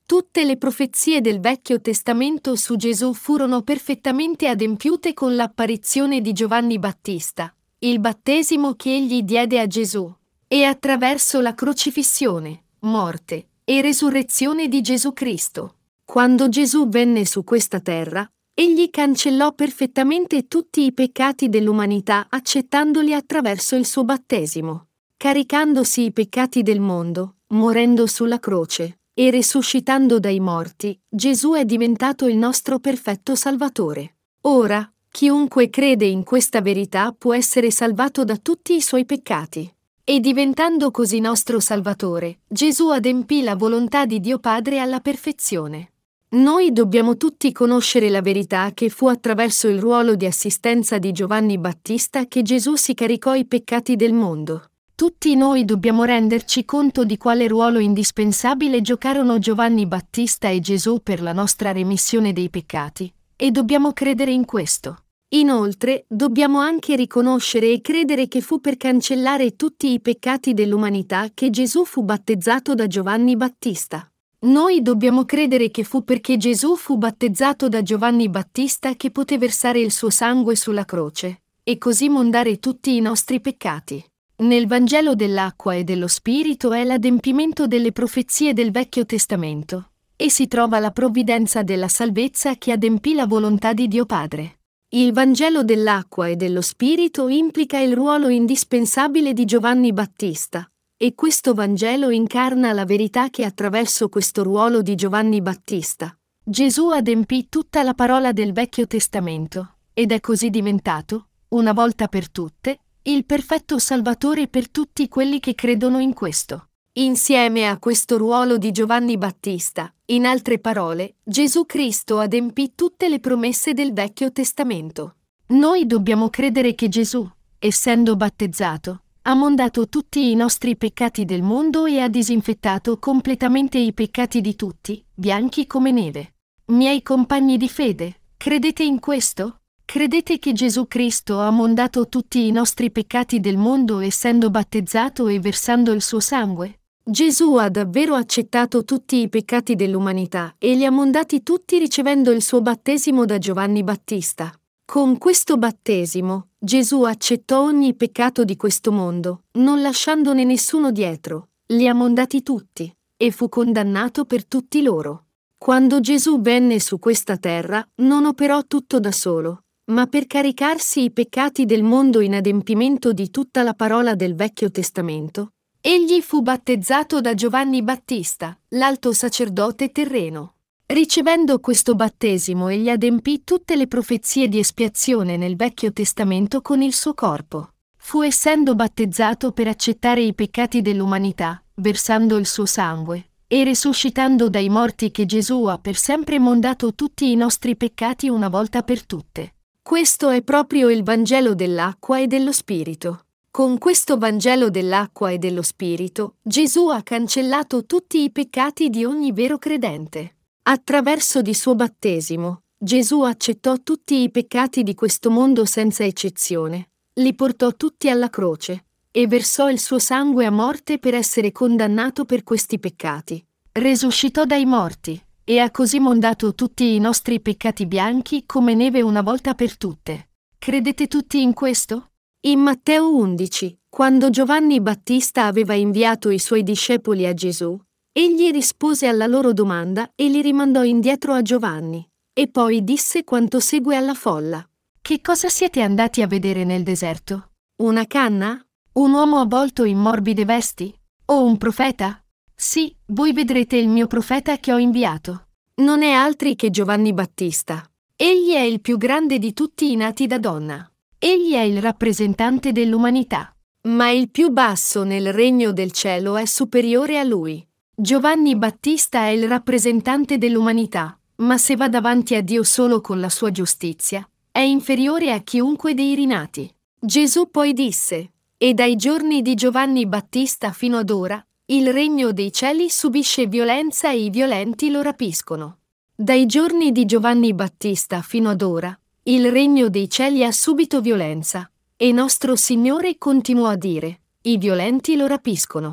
Tutte le profezie del Vecchio Testamento su Gesù furono perfettamente adempiute con l'apparizione di Giovanni Battista, il battesimo che egli diede a Gesù, e attraverso la crocifissione, morte e resurrezione di Gesù Cristo. Quando Gesù venne su questa terra, egli cancellò perfettamente tutti i peccati dell'umanità accettandoli attraverso il suo battesimo. Caricandosi i peccati del mondo, morendo sulla croce e risuscitando dai morti, Gesù è diventato il nostro perfetto Salvatore. Ora, chiunque crede in questa verità può essere salvato da tutti i suoi peccati. E diventando così nostro Salvatore, Gesù adempì la volontà di Dio Padre alla perfezione. Noi dobbiamo tutti conoscere la verità che fu attraverso il ruolo di assistenza di Giovanni Battista che Gesù si caricò i peccati del mondo. Tutti noi dobbiamo renderci conto di quale ruolo indispensabile giocarono Giovanni Battista e Gesù per la nostra remissione dei peccati, e dobbiamo credere in questo. Inoltre, dobbiamo anche riconoscere e credere che fu per cancellare tutti i peccati dell'umanità che Gesù fu battezzato da Giovanni Battista. Noi dobbiamo credere che fu perché Gesù fu battezzato da Giovanni Battista che poté versare il suo sangue sulla croce, e così mondare tutti i nostri peccati. Nel Vangelo dell'acqua e dello Spirito è l'adempimento delle profezie del Vecchio Testamento, e si trova la provvidenza della salvezza che adempì la volontà di Dio Padre. Il Vangelo dell'acqua e dello Spirito implica il ruolo indispensabile di Giovanni Battista, e questo Vangelo incarna la verità che attraverso questo ruolo di Giovanni Battista, Gesù adempì tutta la parola del Vecchio Testamento, ed è così diventato, una volta per tutte, il perfetto Salvatore per tutti quelli che credono in questo. Insieme a questo ruolo di Giovanni Battista, in altre parole, Gesù Cristo adempì tutte le promesse del Vecchio Testamento. Noi dobbiamo credere che Gesù, essendo battezzato, ha mondato tutti i nostri peccati del mondo e ha disinfettato completamente i peccati di tutti, bianchi come neve. Miei compagni di fede, credete in questo? Credete che Gesù Cristo ha mondato tutti i nostri peccati del mondo essendo battezzato e versando il suo sangue? Gesù ha davvero accettato tutti i peccati dell'umanità e li ha mondati tutti ricevendo il suo battesimo da Giovanni Battista. Con questo battesimo, Gesù accettò ogni peccato di questo mondo, non lasciandone nessuno dietro, li ha mondati tutti, e fu condannato per tutti loro. Quando Gesù venne su questa terra, non operò tutto da solo, ma per caricarsi i peccati del mondo in adempimento di tutta la parola del Vecchio Testamento, egli fu battezzato da Giovanni Battista, l'alto sacerdote terreno. Ricevendo questo battesimo egli adempì tutte le profezie di espiazione nel Vecchio Testamento con il suo corpo. Fu essendo battezzato per accettare i peccati dell'umanità, versando il suo sangue, e risuscitando dai morti che Gesù ha per sempre mondato tutti i nostri peccati una volta per tutte. Questo è proprio il Vangelo dell'acqua e dello Spirito. Con questo Vangelo dell'acqua e dello Spirito, Gesù ha cancellato tutti i peccati di ogni vero credente. Attraverso di suo battesimo, Gesù accettò tutti i peccati di questo mondo senza eccezione, li portò tutti alla croce, e versò il suo sangue a morte per essere condannato per questi peccati. Risuscitò dai morti, e ha così mondato tutti i nostri peccati bianchi come neve una volta per tutte. Credete tutti in questo? In Matteo 11, quando Giovanni Battista aveva inviato i suoi discepoli a Gesù, egli rispose alla loro domanda e li rimandò indietro a Giovanni, e poi disse quanto segue alla folla. Che cosa siete andati a vedere nel deserto? Una canna? Un uomo avvolto in morbide vesti? O un profeta? Sì, voi vedrete il mio profeta che ho inviato. Non è altri che Giovanni Battista. Egli è il più grande di tutti i nati da donna. Egli è il rappresentante dell'umanità. Ma il più basso nel regno del cielo è superiore a lui. Giovanni Battista è il rappresentante dell'umanità, ma se va davanti a Dio solo con la sua giustizia, è inferiore a chiunque dei rinati. Gesù poi disse: e dai giorni di Giovanni Battista fino ad ora, il regno dei cieli subisce violenza e i violenti lo rapiscono. Dai giorni di Giovanni Battista fino ad ora, il regno dei cieli ha subito violenza, e nostro Signore continuò a dire: i violenti lo rapiscono.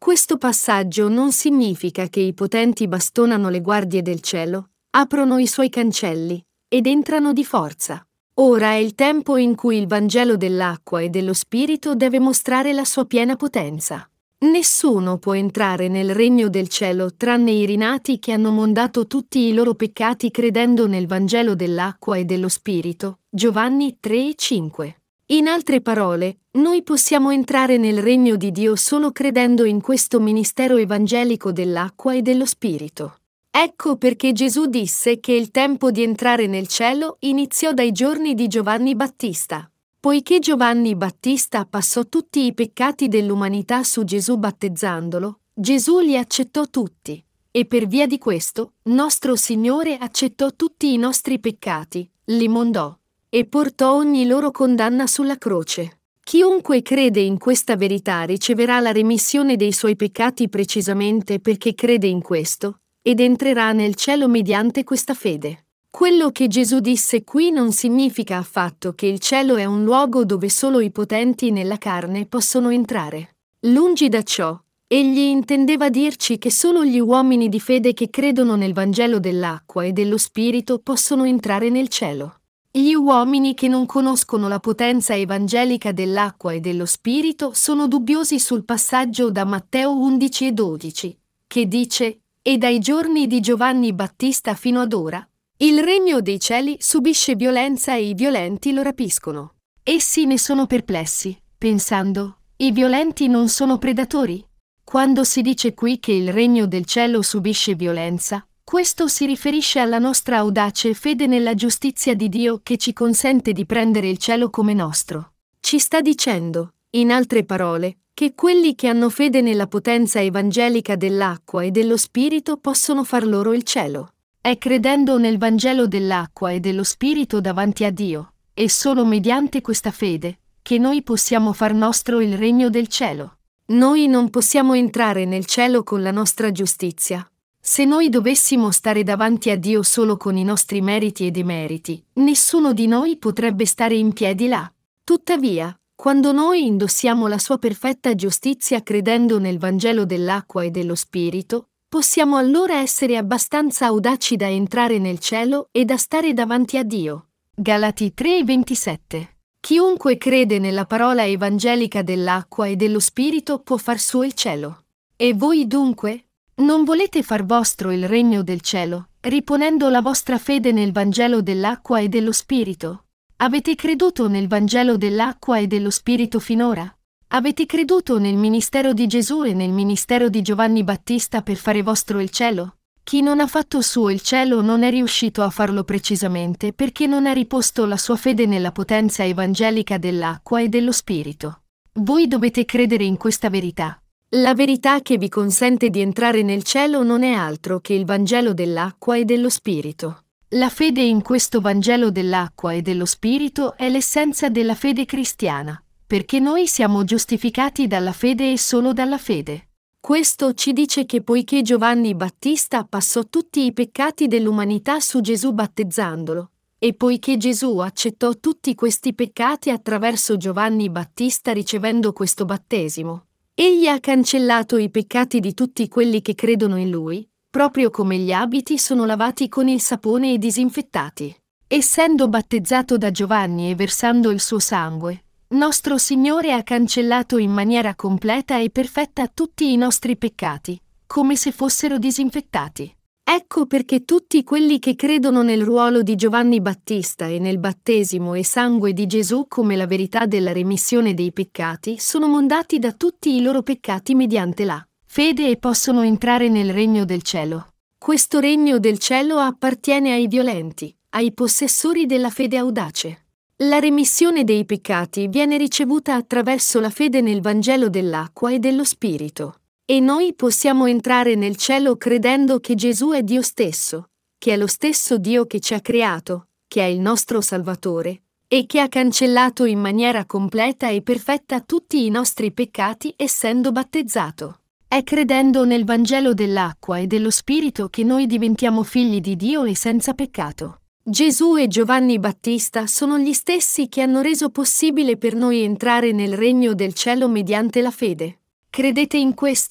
Questo passaggio non significa che i potenti bastonano le guardie del cielo, aprono i suoi cancelli ed entrano di forza. Ora è il tempo in cui il Vangelo dell'acqua e dello Spirito deve mostrare la sua piena potenza. Nessuno può entrare nel regno del cielo tranne i rinati che hanno mondato tutti i loro peccati credendo nel Vangelo dell'acqua e dello Spirito. Giovanni 3,5. In altre parole, noi possiamo entrare nel regno di Dio solo credendo in questo ministero evangelico dell'acqua e dello Spirito. Ecco perché Gesù disse che il tempo di entrare nel cielo iniziò dai giorni di Giovanni Battista. Poiché Giovanni Battista passò tutti i peccati dell'umanità su Gesù battezzandolo, Gesù li accettò tutti. E per via di questo, nostro Signore accettò tutti i nostri peccati, li mondò e portò ogni loro condanna sulla croce. Chiunque crede in questa verità riceverà la remissione dei suoi peccati precisamente perché crede in questo, ed entrerà nel cielo mediante questa fede. Quello che Gesù disse qui non significa affatto che il cielo è un luogo dove solo i potenti nella carne possono entrare. Lungi da ciò, egli intendeva dirci che solo gli uomini di fede che credono nel Vangelo dell'acqua e dello Spirito possono entrare nel cielo. Gli uomini che non conoscono la potenza evangelica dell'acqua e dello Spirito sono dubbiosi sul passaggio da Matteo 11 e 12, che dice: «E dai giorni di Giovanni Battista fino ad ora, il regno dei cieli subisce violenza e i violenti lo rapiscono. Essi ne sono perplessi, pensando: i violenti non sono predatori?» Quando si dice qui che il regno del cielo subisce violenza, questo si riferisce alla nostra audace fede nella giustizia di Dio che ci consente di prendere il cielo come nostro. Ci sta dicendo, in altre parole, che quelli che hanno fede nella potenza evangelica dell'acqua e dello Spirito possono far loro il cielo. È credendo nel Vangelo dell'acqua e dello Spirito davanti a Dio, e solo mediante questa fede, che noi possiamo far nostro il regno del cielo. Noi non possiamo entrare nel cielo con la nostra giustizia. Se noi dovessimo stare davanti a Dio solo con i nostri meriti e demeriti, nessuno di noi potrebbe stare in piedi là. Tuttavia, quando noi indossiamo la sua perfetta giustizia credendo nel Vangelo dell'acqua e dello Spirito, possiamo allora essere abbastanza audaci da entrare nel cielo e da stare davanti a Dio. Galati 3,27. Chiunque crede nella parola evangelica dell'acqua e dello Spirito può far suo il cielo. E voi dunque? Non volete far vostro il regno del cielo, riponendo la vostra fede nel Vangelo dell'acqua e dello Spirito? Avete creduto nel Vangelo dell'acqua e dello Spirito finora? Avete creduto nel ministero di Gesù e nel ministero di Giovanni Battista per fare vostro il cielo? Chi non ha fatto suo il cielo non è riuscito a farlo precisamente perché non ha riposto la sua fede nella potenza evangelica dell'acqua e dello Spirito. Voi dovete credere in questa verità. La verità che vi consente di entrare nel cielo non è altro che il Vangelo dell'acqua e dello Spirito. La fede in questo Vangelo dell'acqua e dello Spirito è l'essenza della fede cristiana, perché noi siamo giustificati dalla fede e solo dalla fede. Questo ci dice che poiché Giovanni Battista passò tutti i peccati dell'umanità su Gesù battezzandolo, e poiché Gesù accettò tutti questi peccati attraverso Giovanni Battista ricevendo questo battesimo, egli ha cancellato i peccati di tutti quelli che credono in lui, proprio come gli abiti sono lavati con il sapone e disinfettati. Essendo battezzato da Giovanni e versando il suo sangue, nostro Signore ha cancellato in maniera completa e perfetta tutti i nostri peccati, come se fossero disinfettati. Ecco perché tutti quelli che credono nel ruolo di Giovanni Battista e nel battesimo e sangue di Gesù come la verità della remissione dei peccati sono mondati da tutti i loro peccati mediante la fede e possono entrare nel regno del cielo. Questo regno del cielo appartiene ai violenti, ai possessori della fede audace. La remissione dei peccati viene ricevuta attraverso la fede nel Vangelo dell'acqua e dello Spirito. E noi possiamo entrare nel cielo credendo che Gesù è Dio stesso, che è lo stesso Dio che ci ha creato, che è il nostro Salvatore, e che ha cancellato in maniera completa e perfetta tutti i nostri peccati essendo battezzato. È credendo nel Vangelo dell'acqua e dello Spirito che noi diventiamo figli di Dio e senza peccato. Gesù e Giovanni Battista sono gli stessi che hanno reso possibile per noi entrare nel regno del cielo mediante la fede. Credete in questo?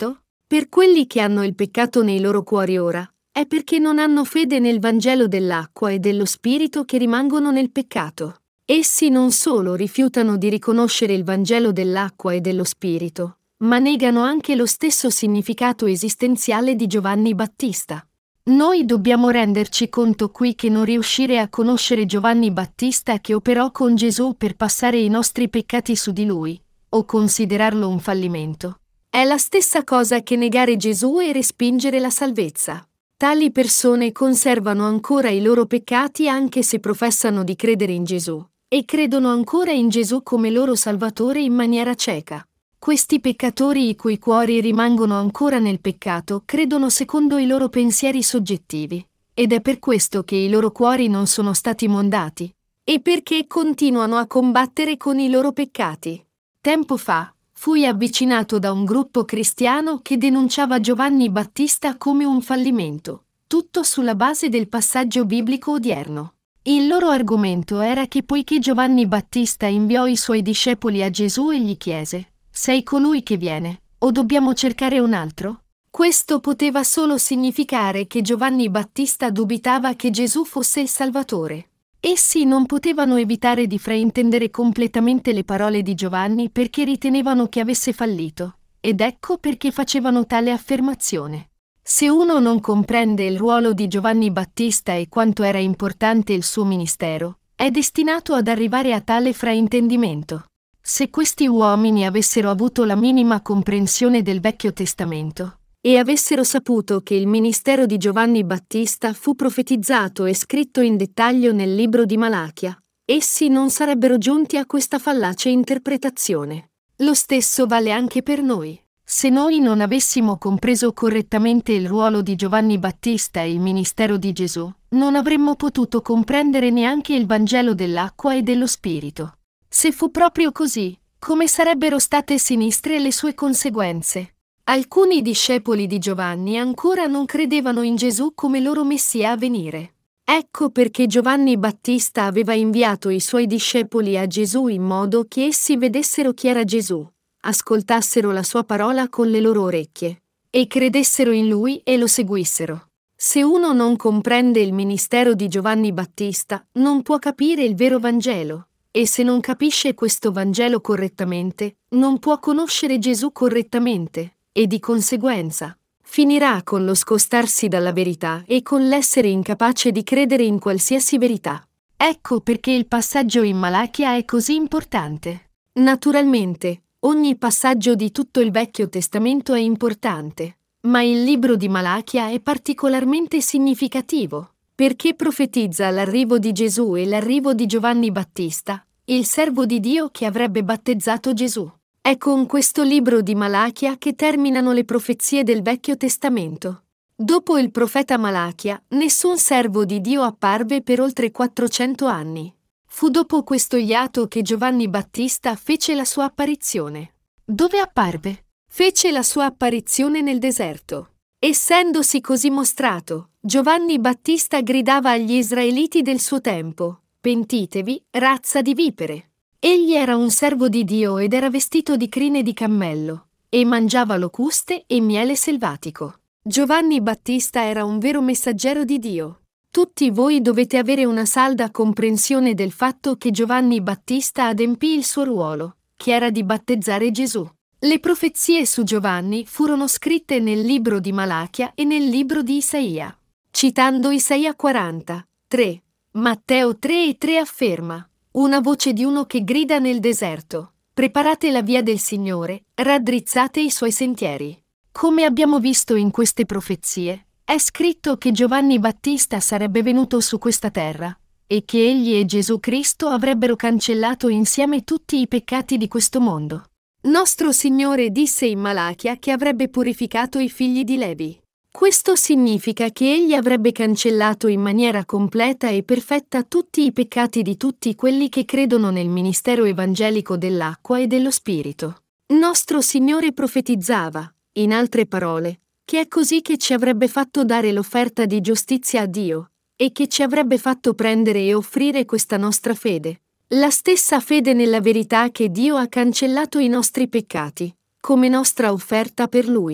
Per quelli che hanno il peccato nei loro cuori ora, è perché non hanno fede nel Vangelo dell'acqua e dello Spirito che rimangono nel peccato. Essi non solo rifiutano di riconoscere il Vangelo dell'acqua e dello Spirito, ma negano anche lo stesso significato esistenziale di Giovanni Battista. Noi dobbiamo renderci conto qui che non riuscire a conoscere Giovanni Battista che operò con Gesù per passare i nostri peccati su di lui, o considerarlo un fallimento, è la stessa cosa che negare Gesù e respingere la salvezza. Tali persone conservano ancora i loro peccati anche se professano di credere in Gesù, e credono ancora in Gesù come loro Salvatore in maniera cieca. Questi peccatori i cui cuori rimangono ancora nel peccato credono secondo i loro pensieri soggettivi, ed è per questo che i loro cuori non sono stati mondati, e perché continuano a combattere con i loro peccati. Tempo fa, fui avvicinato da un gruppo cristiano che denunciava Giovanni Battista come un fallimento, tutto sulla base del passaggio biblico odierno. Il loro argomento era che poiché Giovanni Battista inviò i suoi discepoli a Gesù e gli chiese: «Sei colui che viene, o dobbiamo cercare un altro?» Questo poteva solo significare che Giovanni Battista dubitava che Gesù fosse il Salvatore. Essi non potevano evitare di fraintendere completamente le parole di Giovanni perché ritenevano che avesse fallito, ed ecco perché facevano tale affermazione. Se uno non comprende il ruolo di Giovanni Battista e quanto era importante il suo ministero, è destinato ad arrivare a tale fraintendimento. Se questi uomini avessero avuto la minima comprensione del Vecchio Testamento, e avessero saputo che il ministero di Giovanni Battista fu profetizzato e scritto in dettaglio nel libro di Malachia, essi non sarebbero giunti a questa fallace interpretazione. Lo stesso vale anche per noi. Se noi non avessimo compreso correttamente il ruolo di Giovanni Battista e il ministero di Gesù, non avremmo potuto comprendere neanche il Vangelo dell'acqua e dello Spirito. Se fu proprio così, come sarebbero state sinistre le sue conseguenze? Alcuni discepoli di Giovanni ancora non credevano in Gesù come loro Messia a venire. Ecco perché Giovanni Battista aveva inviato i suoi discepoli a Gesù in modo che essi vedessero chi era Gesù, ascoltassero la sua parola con le loro orecchie, e credessero in lui e lo seguissero. Se uno non comprende il ministero di Giovanni Battista, non può capire il vero Vangelo. E se non capisce questo Vangelo correttamente, non può conoscere Gesù correttamente, e di conseguenza finirà con lo scostarsi dalla verità e con l'essere incapace di credere in qualsiasi verità. Ecco perché il passaggio in Malachia è così importante. Naturalmente, ogni passaggio di tutto il Vecchio Testamento è importante, ma il libro di Malachia è particolarmente significativo, perché profetizza l'arrivo di Gesù e l'arrivo di Giovanni Battista, il servo di Dio che avrebbe battezzato Gesù. È con questo libro di Malachia che terminano le profezie del Vecchio Testamento. Dopo il profeta Malachia, nessun servo di Dio apparve per oltre 400 anni. Fu dopo questo iato che Giovanni Battista fece la sua apparizione. Dove apparve? Fece la sua apparizione nel deserto. Essendosi così mostrato, Giovanni Battista gridava agli israeliti del suo tempo: «Pentitevi, razza di vipere!» Egli era un servo di Dio ed era vestito di crine di cammello, e mangiava locuste e miele selvatico. Giovanni Battista era un vero messaggero di Dio. Tutti voi dovete avere una salda comprensione del fatto che Giovanni Battista adempì il suo ruolo, che era di battezzare Gesù. Le profezie su Giovanni furono scritte nel libro di Malachia e nel libro di Isaia. Citando Isaia 40, 3, Matteo 3 e 3 afferma: «Una voce di uno che grida nel deserto: preparate la via del Signore, raddrizzate i suoi sentieri». Come abbiamo visto in queste profezie, è scritto che Giovanni Battista sarebbe venuto su questa terra, e che egli e Gesù Cristo avrebbero cancellato insieme tutti i peccati di questo mondo. Nostro Signore disse in Malachia che avrebbe purificato i figli di Levi. Questo significa che egli avrebbe cancellato in maniera completa e perfetta tutti i peccati di tutti quelli che credono nel ministero evangelico dell'acqua e dello Spirito. Nostro Signore profetizzava, in altre parole, che è così che ci avrebbe fatto dare l'offerta di giustizia a Dio, e che ci avrebbe fatto prendere e offrire questa nostra fede. La stessa fede nella verità che Dio ha cancellato i nostri peccati, come nostra offerta per Lui.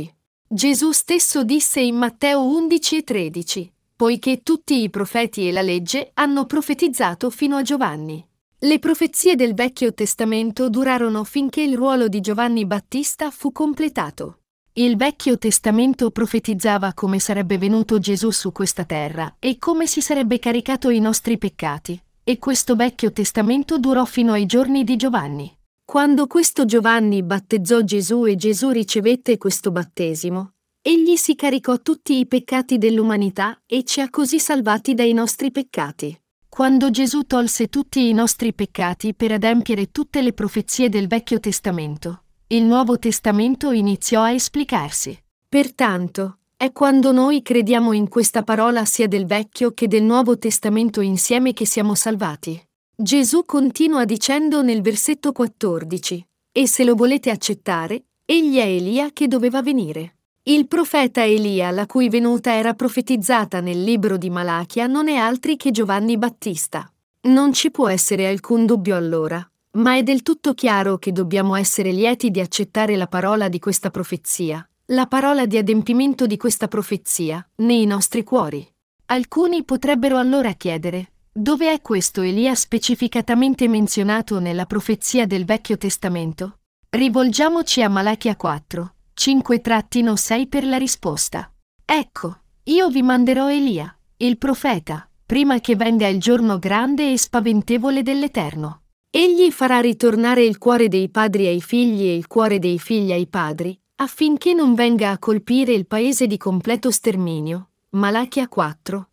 Gesù stesso disse in Matteo 11:13, poiché tutti i profeti e la legge hanno profetizzato fino a Giovanni. Le profezie del Vecchio Testamento durarono finché il ruolo di Giovanni Battista fu completato. Il Vecchio Testamento profetizzava come sarebbe venuto Gesù su questa terra e come si sarebbe caricato i nostri peccati, e questo Vecchio Testamento durò fino ai giorni di Giovanni. Quando questo Giovanni battezzò Gesù e Gesù ricevette questo battesimo, egli si caricò tutti i peccati dell'umanità e ci ha così salvati dai nostri peccati. Quando Gesù tolse tutti i nostri peccati per adempiere tutte le profezie del Vecchio Testamento, il Nuovo Testamento iniziò a esplicarsi. Pertanto, è quando noi crediamo in questa parola sia del Vecchio che del Nuovo Testamento insieme che siamo salvati. Gesù continua dicendo nel versetto 14, e se lo volete accettare, egli è Elia che doveva venire. Il profeta Elia, la cui venuta era profetizzata nel libro di Malachia, non è altri che Giovanni Battista. Non ci può essere alcun dubbio allora, ma è del tutto chiaro che dobbiamo essere lieti di accettare la parola di questa profezia, la parola di adempimento di questa profezia, nei nostri cuori. Alcuni potrebbero allora chiedere: dove è questo Elia specificatamente menzionato nella profezia del Vecchio Testamento? Rivolgiamoci a Malachia 4, 5-6 per la risposta. Ecco, io vi manderò Elia, il profeta, prima che venga il giorno grande e spaventevole dell'Eterno. Egli farà ritornare il cuore dei padri ai figli e il cuore dei figli ai padri, affinché non venga a colpire il paese di completo sterminio. Malachia 4,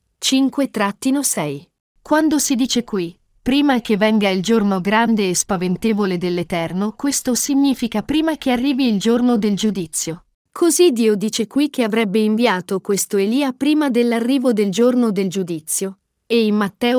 5-6. Quando si dice qui, prima che venga il giorno grande e spaventevole dell'Eterno, questo significa prima che arrivi il giorno del giudizio. Così Dio dice qui che avrebbe inviato questo Elia prima dell'arrivo del giorno del giudizio. E in Matteo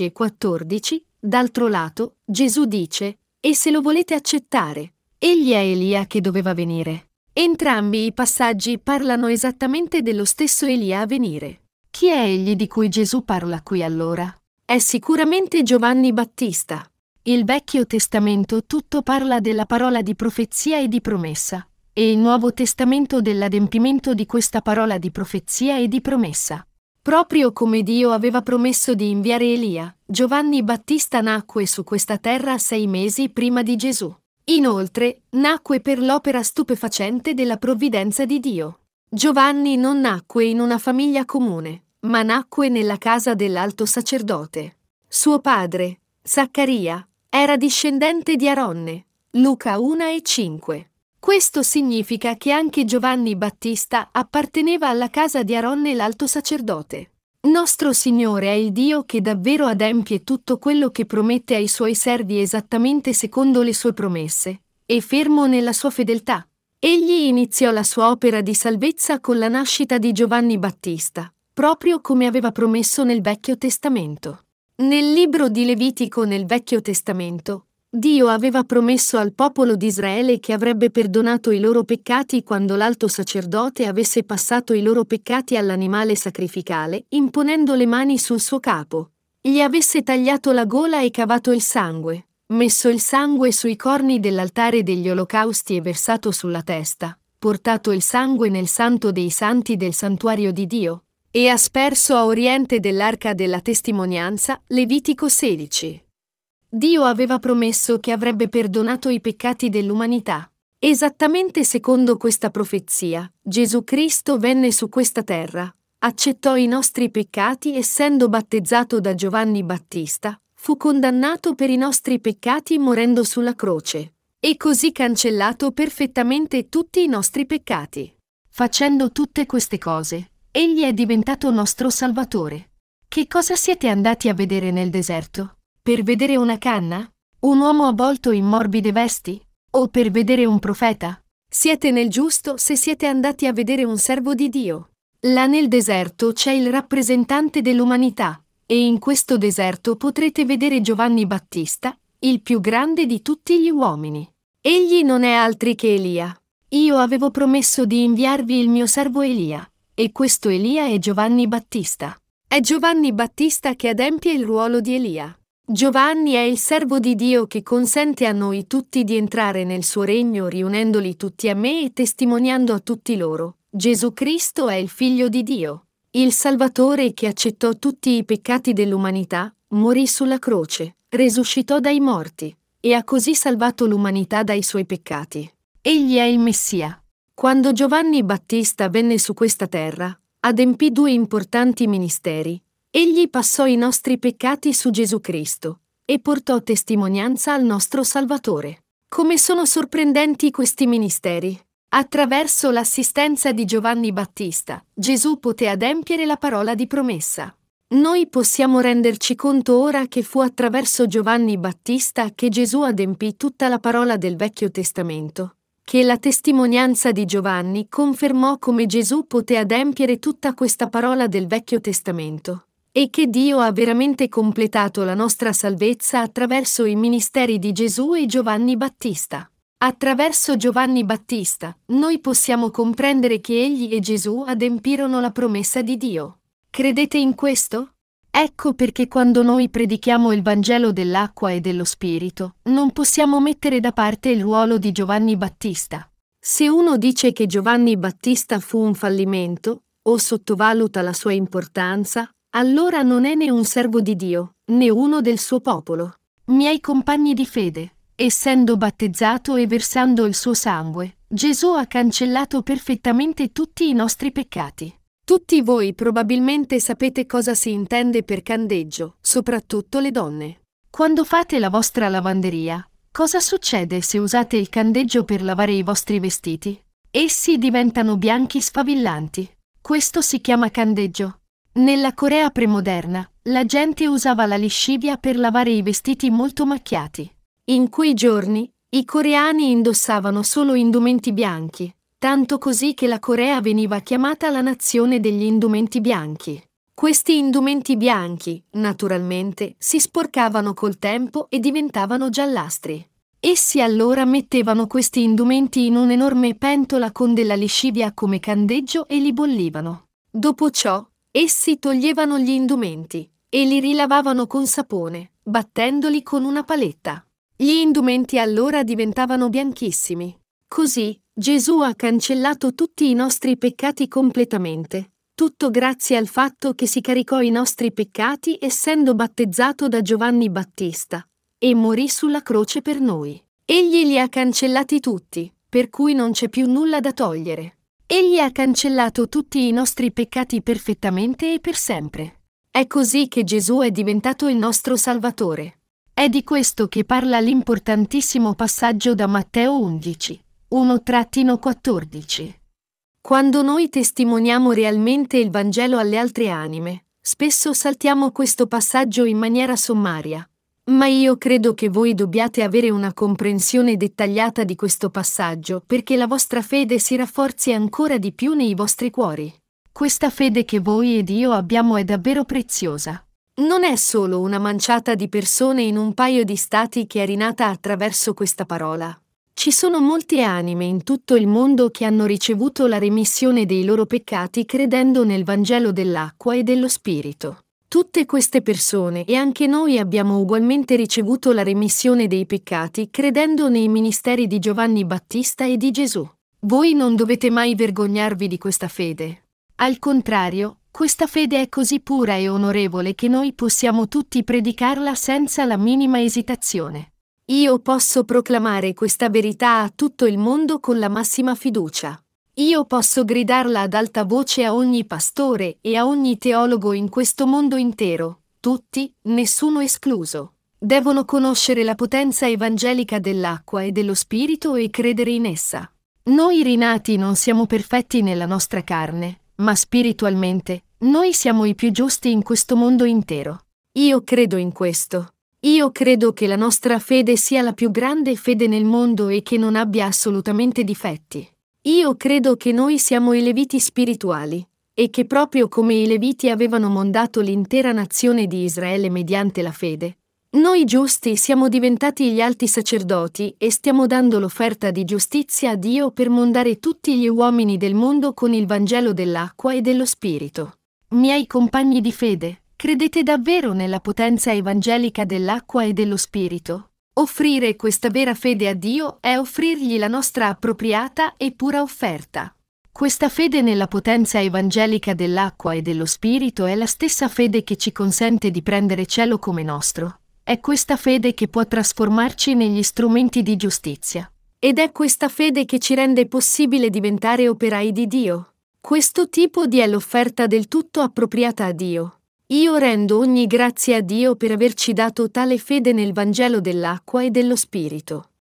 11:14, d'altro lato, Gesù dice: e se lo volete accettare, egli è Elia che doveva venire. Entrambi i passaggi parlano esattamente dello stesso Elia a venire. Chi è egli di cui Gesù parla qui allora? È sicuramente Giovanni Battista. Il Vecchio Testamento tutto parla della parola di profezia e di promessa, e il Nuovo Testamento dell'adempimento di questa parola di profezia e di promessa. Proprio come Dio aveva promesso di inviare Elia, Giovanni Battista nacque su questa terra 6 mesi prima di Gesù. Inoltre, nacque per l'opera stupefacente della provvidenza di Dio. Giovanni non nacque in una famiglia comune, ma nacque nella casa dell'alto sacerdote. Suo padre, Zaccaria, era discendente di Aronne. Luca 1:5. Questo significa che anche Giovanni Battista apparteneva alla casa di Aronne l'alto sacerdote. Nostro Signore è il Dio che davvero adempie tutto quello che promette ai suoi servi esattamente secondo le sue promesse, e fermo nella sua fedeltà. Egli iniziò la sua opera di salvezza con la nascita di Giovanni Battista, proprio come aveva promesso nel Vecchio Testamento. Nel libro di Levitico nel Vecchio Testamento, Dio aveva promesso al popolo di Israele che avrebbe perdonato i loro peccati quando l'alto sacerdote avesse passato i loro peccati all'animale sacrificale, imponendo le mani sul suo capo. Gli avesse tagliato la gola e cavato il sangue, messo il sangue sui corni dell'altare degli olocausti e versato sulla testa, portato il sangue nel santo dei santi del santuario di Dio, e asperso a oriente dell'arca della testimonianza. Levitico 16. Dio aveva promesso che avrebbe perdonato i peccati dell'umanità. Esattamente secondo questa profezia, Gesù Cristo venne su questa terra, accettò i nostri peccati essendo battezzato da Giovanni Battista, fu condannato per i nostri peccati morendo sulla croce, e così cancellato perfettamente tutti i nostri peccati. Facendo tutte queste cose, Egli è diventato nostro Salvatore. Che cosa siete andati a vedere nel deserto? Per vedere una canna? Un uomo avvolto in morbide vesti? O per vedere un profeta? Siete nel giusto se siete andati a vedere un servo di Dio. Là nel deserto c'è il rappresentante dell'umanità, e in questo deserto potrete vedere Giovanni Battista, il più grande di tutti gli uomini. Egli non è altri che Elia. Io avevo promesso di inviarvi il mio servo Elia, e questo Elia è Giovanni Battista. È Giovanni Battista che adempie il ruolo di Elia. Giovanni è il servo di Dio che consente a noi tutti di entrare nel suo regno riunendoli tutti a me e testimoniando a tutti loro, Gesù Cristo è il Figlio di Dio, il Salvatore che accettò tutti i peccati dell'umanità, morì sulla croce, risuscitò dai morti, e ha così salvato l'umanità dai suoi peccati. Egli è il Messia. Quando Giovanni Battista venne su questa terra, adempì 2 importanti ministeri. Egli passò i nostri peccati su Gesù Cristo e portò testimonianza al nostro Salvatore. Come sono sorprendenti questi ministeri! Attraverso l'assistenza di Giovanni Battista, Gesù poté adempiere la parola di promessa. Noi possiamo renderci conto ora che fu attraverso Giovanni Battista che Gesù adempì tutta la parola del Vecchio Testamento, che la testimonianza di Giovanni confermò come Gesù poté adempiere tutta questa parola del Vecchio Testamento, e che Dio ha veramente completato la nostra salvezza attraverso i ministeri di Gesù e Giovanni Battista. Attraverso Giovanni Battista, noi possiamo comprendere che egli e Gesù adempirono la promessa di Dio. Credete in questo? Ecco perché quando noi predichiamo il Vangelo dell'acqua e dello Spirito, non possiamo mettere da parte il ruolo di Giovanni Battista. Se uno dice che Giovanni Battista fu un fallimento, o sottovaluta la sua importanza, allora non è né un servo di Dio, né uno del suo popolo. Miei compagni di fede, essendo battezzato e versando il suo sangue, Gesù ha cancellato perfettamente tutti i nostri peccati. Tutti voi probabilmente sapete cosa si intende per candeggio, soprattutto le donne. Quando fate la vostra lavanderia, cosa succede se usate il candeggio per lavare i vostri vestiti? Essi diventano bianchi sfavillanti. Questo si chiama candeggio. Nella Corea premoderna, la gente usava la liscivia per lavare i vestiti molto macchiati. In quei giorni, i coreani indossavano solo indumenti bianchi, tanto così che la Corea veniva chiamata la nazione degli indumenti bianchi. Questi indumenti bianchi, naturalmente, si sporcavano col tempo e diventavano giallastri. Essi allora mettevano questi indumenti in un'enorme pentola con della liscivia come candeggio e li bollivano. Dopo ciò, essi toglievano gli indumenti e li rilavavano con sapone, battendoli con una paletta. Gli indumenti allora diventavano bianchissimi. Così, Gesù ha cancellato tutti i nostri peccati completamente, tutto grazie al fatto che si caricò i nostri peccati essendo battezzato da Giovanni Battista, e morì sulla croce per noi. Egli li ha cancellati tutti, per cui non c'è più nulla da togliere. Egli ha cancellato tutti i nostri peccati perfettamente e per sempre. È così che Gesù è diventato il nostro Salvatore. È di questo che parla l'importantissimo passaggio da Matteo 11, 1-14. Quando noi testimoniamo realmente il Vangelo alle altre anime, spesso saltiamo questo passaggio in maniera sommaria. Ma io credo che voi dobbiate avere una comprensione dettagliata di questo passaggio perché la vostra fede si rafforzi ancora di più nei vostri cuori. Questa fede che voi ed io abbiamo è davvero preziosa. Non è solo una manciata di persone in un paio di stati che è rinata attraverso questa parola. Ci sono molte anime in tutto il mondo che hanno ricevuto la remissione dei loro peccati credendo nel Vangelo dell'acqua e dello Spirito. Tutte queste persone e anche noi abbiamo ugualmente ricevuto la remissione dei peccati credendo nei ministeri di Giovanni Battista e di Gesù. Voi non dovete mai vergognarvi di questa fede. Al contrario, questa fede è così pura e onorevole che noi possiamo tutti predicarla senza la minima esitazione. Io posso proclamare questa verità a tutto il mondo con la massima fiducia. Io posso gridarla ad alta voce a ogni pastore e a ogni teologo in questo mondo intero. Tutti, nessuno escluso, devono conoscere la potenza evangelica dell'acqua e dello Spirito e credere in essa. Noi rinati non siamo perfetti nella nostra carne, ma spiritualmente, noi siamo i più giusti in questo mondo intero. Io credo in questo. Io credo che la nostra fede sia la più grande fede nel mondo e che non abbia assolutamente difetti. Io credo che noi siamo i Leviti spirituali, e che proprio come i Leviti avevano mondato l'intera nazione di Israele mediante la fede, noi giusti siamo diventati gli alti sacerdoti e stiamo dando l'offerta di giustizia a Dio per mondare tutti gli uomini del mondo con il Vangelo dell'acqua e dello Spirito. Miei compagni di fede, credete davvero nella potenza evangelica dell'acqua e dello Spirito? Offrire questa vera fede a Dio è offrirgli la nostra appropriata e pura offerta. Questa fede nella potenza evangelica dell'acqua e dello Spirito è la stessa fede che ci consente di prendere cielo come nostro. È questa fede che può trasformarci negli strumenti di giustizia. Ed è questa fede che ci rende possibile diventare operai di Dio. Questo tipo è l'offerta del tutto appropriata a Dio. Io rendo ogni grazia a Dio per averci dato tale fede nel Vangelo dell'acqua e dello Spirito.